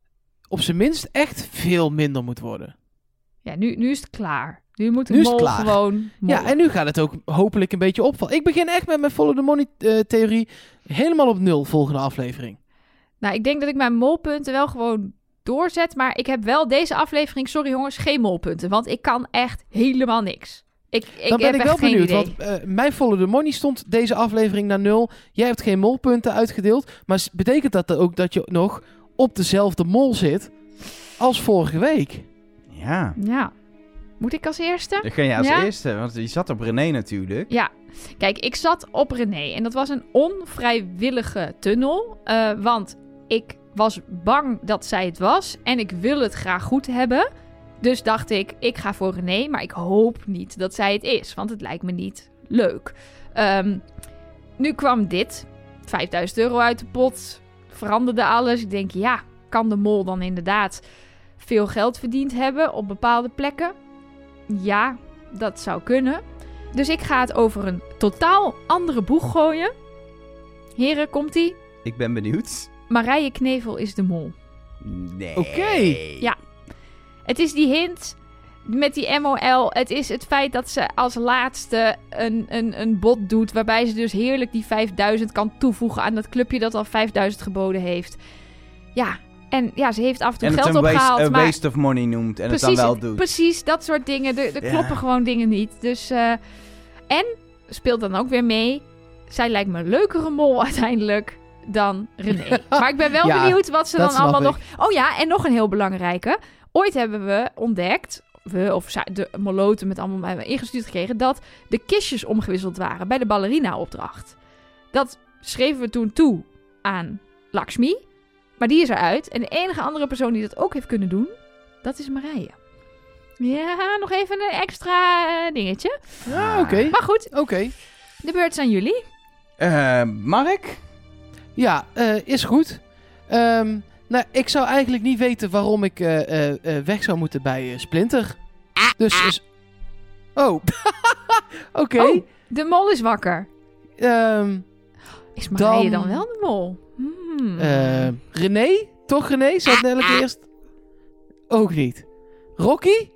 Speaker 1: op zijn minst echt veel minder moet worden.
Speaker 3: Ja, nu, nu is het klaar. Nu moet de
Speaker 1: Nu is het
Speaker 3: mol
Speaker 1: klaar.
Speaker 3: gewoon mol.
Speaker 1: Ja, en nu gaat het ook hopelijk een beetje opvallen. Ik begin echt met mijn follow the money eh, theorie helemaal op nul volgende aflevering.
Speaker 3: Nou, ik denk dat ik mijn molpunten wel gewoon doorzet. Maar ik heb wel deze aflevering, sorry jongens, geen molpunten. Want ik kan echt helemaal niks. Ik, ik
Speaker 1: Dan ben
Speaker 3: heb
Speaker 1: ik
Speaker 3: echt
Speaker 1: wel
Speaker 3: geen
Speaker 1: benieuwd,
Speaker 3: idee.
Speaker 1: want eh, mijn follow the money stond deze aflevering naar nul. Jij hebt geen molpunten uitgedeeld. Maar s- betekent dat dan ook dat je nog op dezelfde mol zit als vorige week?
Speaker 2: Ja,
Speaker 3: Ja. Moet ik als eerste?
Speaker 2: dat ga je als
Speaker 3: Ja?
Speaker 2: eerste, want je zat op René natuurlijk.
Speaker 3: Ja. Kijk, ik zat op René. En dat was een onvrijwillige tunnel. eh, want ik was bang dat zij het was. En ik wil het graag goed hebben. Dus dacht ik, ik ga voor René. Maar ik hoop niet dat zij het is. Want het lijkt me niet leuk. Ehm, nu kwam dit. vijfduizend euro uit de pot. Veranderde alles. Ik denk, ja, kan de mol dan inderdaad veel geld verdiend hebben op bepaalde plekken? Ja, dat zou kunnen. Dus ik ga het over een totaal andere boeg gooien. Heren, komt-ie?
Speaker 2: Ik ben benieuwd.
Speaker 3: Marije Knevel is de mol.
Speaker 2: Nee.
Speaker 1: Oké. Okay.
Speaker 3: Ja. Het is die hint met die M O L. Het is het feit dat ze als laatste een, een, een bod doet, waarbij ze dus heerlijk die vijfduizend kan toevoegen aan dat clubje dat al vijfduizend geboden heeft. Ja, en ja, ze heeft af en toe
Speaker 2: en
Speaker 3: geld
Speaker 2: het een
Speaker 3: opgehaald.
Speaker 2: Waste,
Speaker 3: maar
Speaker 2: een waste of money noemt en
Speaker 3: precies,
Speaker 2: het dan wel doet.
Speaker 3: Precies, dat soort dingen. Er, er
Speaker 2: Ja.
Speaker 3: kloppen gewoon dingen niet. Dus, uh, en speelt dan ook weer mee. Zij lijkt me een leukere mol uiteindelijk dan René. Maar ik ben wel
Speaker 1: Ja,
Speaker 3: benieuwd wat ze dan allemaal
Speaker 1: ik.
Speaker 3: nog... Oh ja, en nog een heel belangrijke. Ooit hebben we ontdekt, we, of de moloten met allemaal ingestuurd gekregen, dat de kistjes omgewisseld waren bij de ballerina-opdracht. Dat schreven we toen toe aan Lakshmi. Maar die is eruit. En de enige andere persoon die dat ook heeft kunnen doen, dat is Marije. Ja, nog even een extra uh, dingetje.
Speaker 1: Ja, oké. Okay.
Speaker 3: Maar goed,
Speaker 1: Oké. Okay.
Speaker 3: de beurt is aan jullie.
Speaker 2: Uh, Mark?
Speaker 1: Ja, uh, is goed. Um, nou, ik zou eigenlijk niet weten waarom ik uh, uh, uh, weg zou moeten bij uh, Splinter. Dus is... Oh. Oké. Okay.
Speaker 3: Oh, de mol is wakker.
Speaker 1: Um,
Speaker 3: is Marije dan...
Speaker 1: dan
Speaker 3: wel de mol? Hmm.
Speaker 1: Uh, René? Toch René? Zou het eigenlijk eerst... Ook niet. Rocky?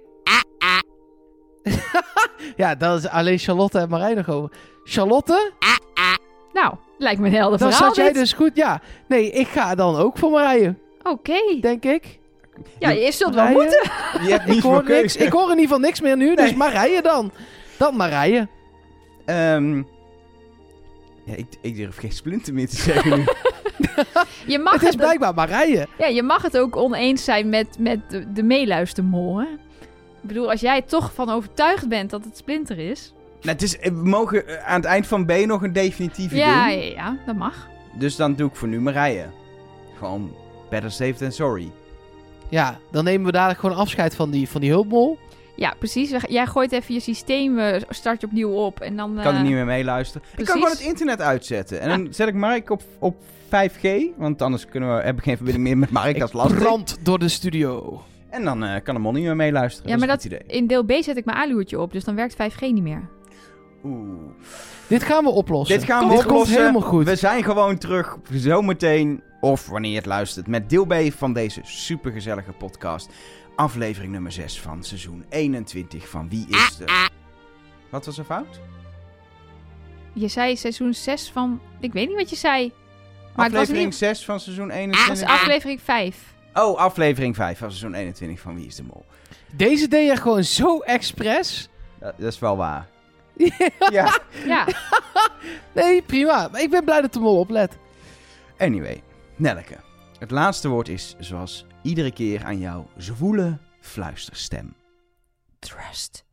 Speaker 1: Ja, dat is alleen Charlotte en Marije nog over. Charlotte?
Speaker 3: Nou, lijkt me een helder
Speaker 1: dan
Speaker 3: verhaal.
Speaker 1: Dan zat jij
Speaker 3: dit.
Speaker 1: dus goed. Ja, nee, ik ga dan ook voor Marije.
Speaker 3: Oké. Okay.
Speaker 1: Denk ik.
Speaker 3: Ja, je zult wel moeten.
Speaker 2: Je hebt niet
Speaker 1: ik, hoor
Speaker 2: voor
Speaker 1: niks, ik hoor in ieder geval niks meer nu, nee. Dus Marije dan. Dan Marije.
Speaker 2: Um, ja, ik, ik durf geen Splinter meer te zeggen nu.
Speaker 3: Je mag
Speaker 1: het is
Speaker 3: het
Speaker 1: blijkbaar Marije.
Speaker 3: Ja, je mag het ook oneens zijn met, met de, de meeluistermol, hè? Ik bedoel, als jij toch van overtuigd bent dat het Splinter is...
Speaker 2: Nou, het is, we mogen aan het eind van B nog een definitieve
Speaker 3: ja,
Speaker 2: doen.
Speaker 3: Ja, ja, dat mag.
Speaker 2: Dus dan doe ik voor nu Marije. Gewoon better safe than sorry.
Speaker 1: Ja, dan nemen we dadelijk gewoon afscheid van die, van die hulpmol.
Speaker 3: Ja, precies. Jij gooit even je systeem, uh, start je opnieuw op en dan... Uh...
Speaker 2: Kan er niet meer meeluisteren. Precies. Ik kan gewoon het internet uitzetten. En ja. dan zet ik Mark op, op vijf G. Want anders kunnen we, heb ik geen verbinding meer met Mark. Dat is lastig.
Speaker 1: Brand door de studio.
Speaker 2: En dan uh, kan de man niet meer meeluisteren.
Speaker 3: Ja,
Speaker 2: dat
Speaker 3: maar
Speaker 2: is
Speaker 3: dat,
Speaker 2: idee.
Speaker 3: in deel B zet ik mijn aluhoedje op. Dus dan werkt vijf G niet meer.
Speaker 2: Oeh.
Speaker 1: Dit gaan we oplossen.
Speaker 2: Dit gaan we
Speaker 1: Dit
Speaker 2: oplossen.
Speaker 1: Komt helemaal goed.
Speaker 2: We zijn gewoon terug zometeen. Of wanneer je het luistert. Met deel B van deze supergezellige podcast. Aflevering nummer zes van seizoen eenentwintig van Wie is de... Wat was er fout?
Speaker 3: Je zei seizoen zes van... Ik weet niet wat je zei. Maar
Speaker 2: aflevering
Speaker 3: het was niet...
Speaker 2: zes van seizoen eenentwintig.
Speaker 3: Dat is aflevering vijf.
Speaker 2: Oh, aflevering vijf van seizoen eenentwintig van Wie is de Mol.
Speaker 1: Deze deed je gewoon zo expres.
Speaker 2: Ja, dat is wel waar.
Speaker 1: ja.
Speaker 3: ja.
Speaker 1: Nee, prima. Maar ik ben blij dat de mol oplet.
Speaker 2: Anyway, Nelleke. Het laatste woord is, zoals iedere keer aan jouw zwoele fluisterstem.
Speaker 3: Trust.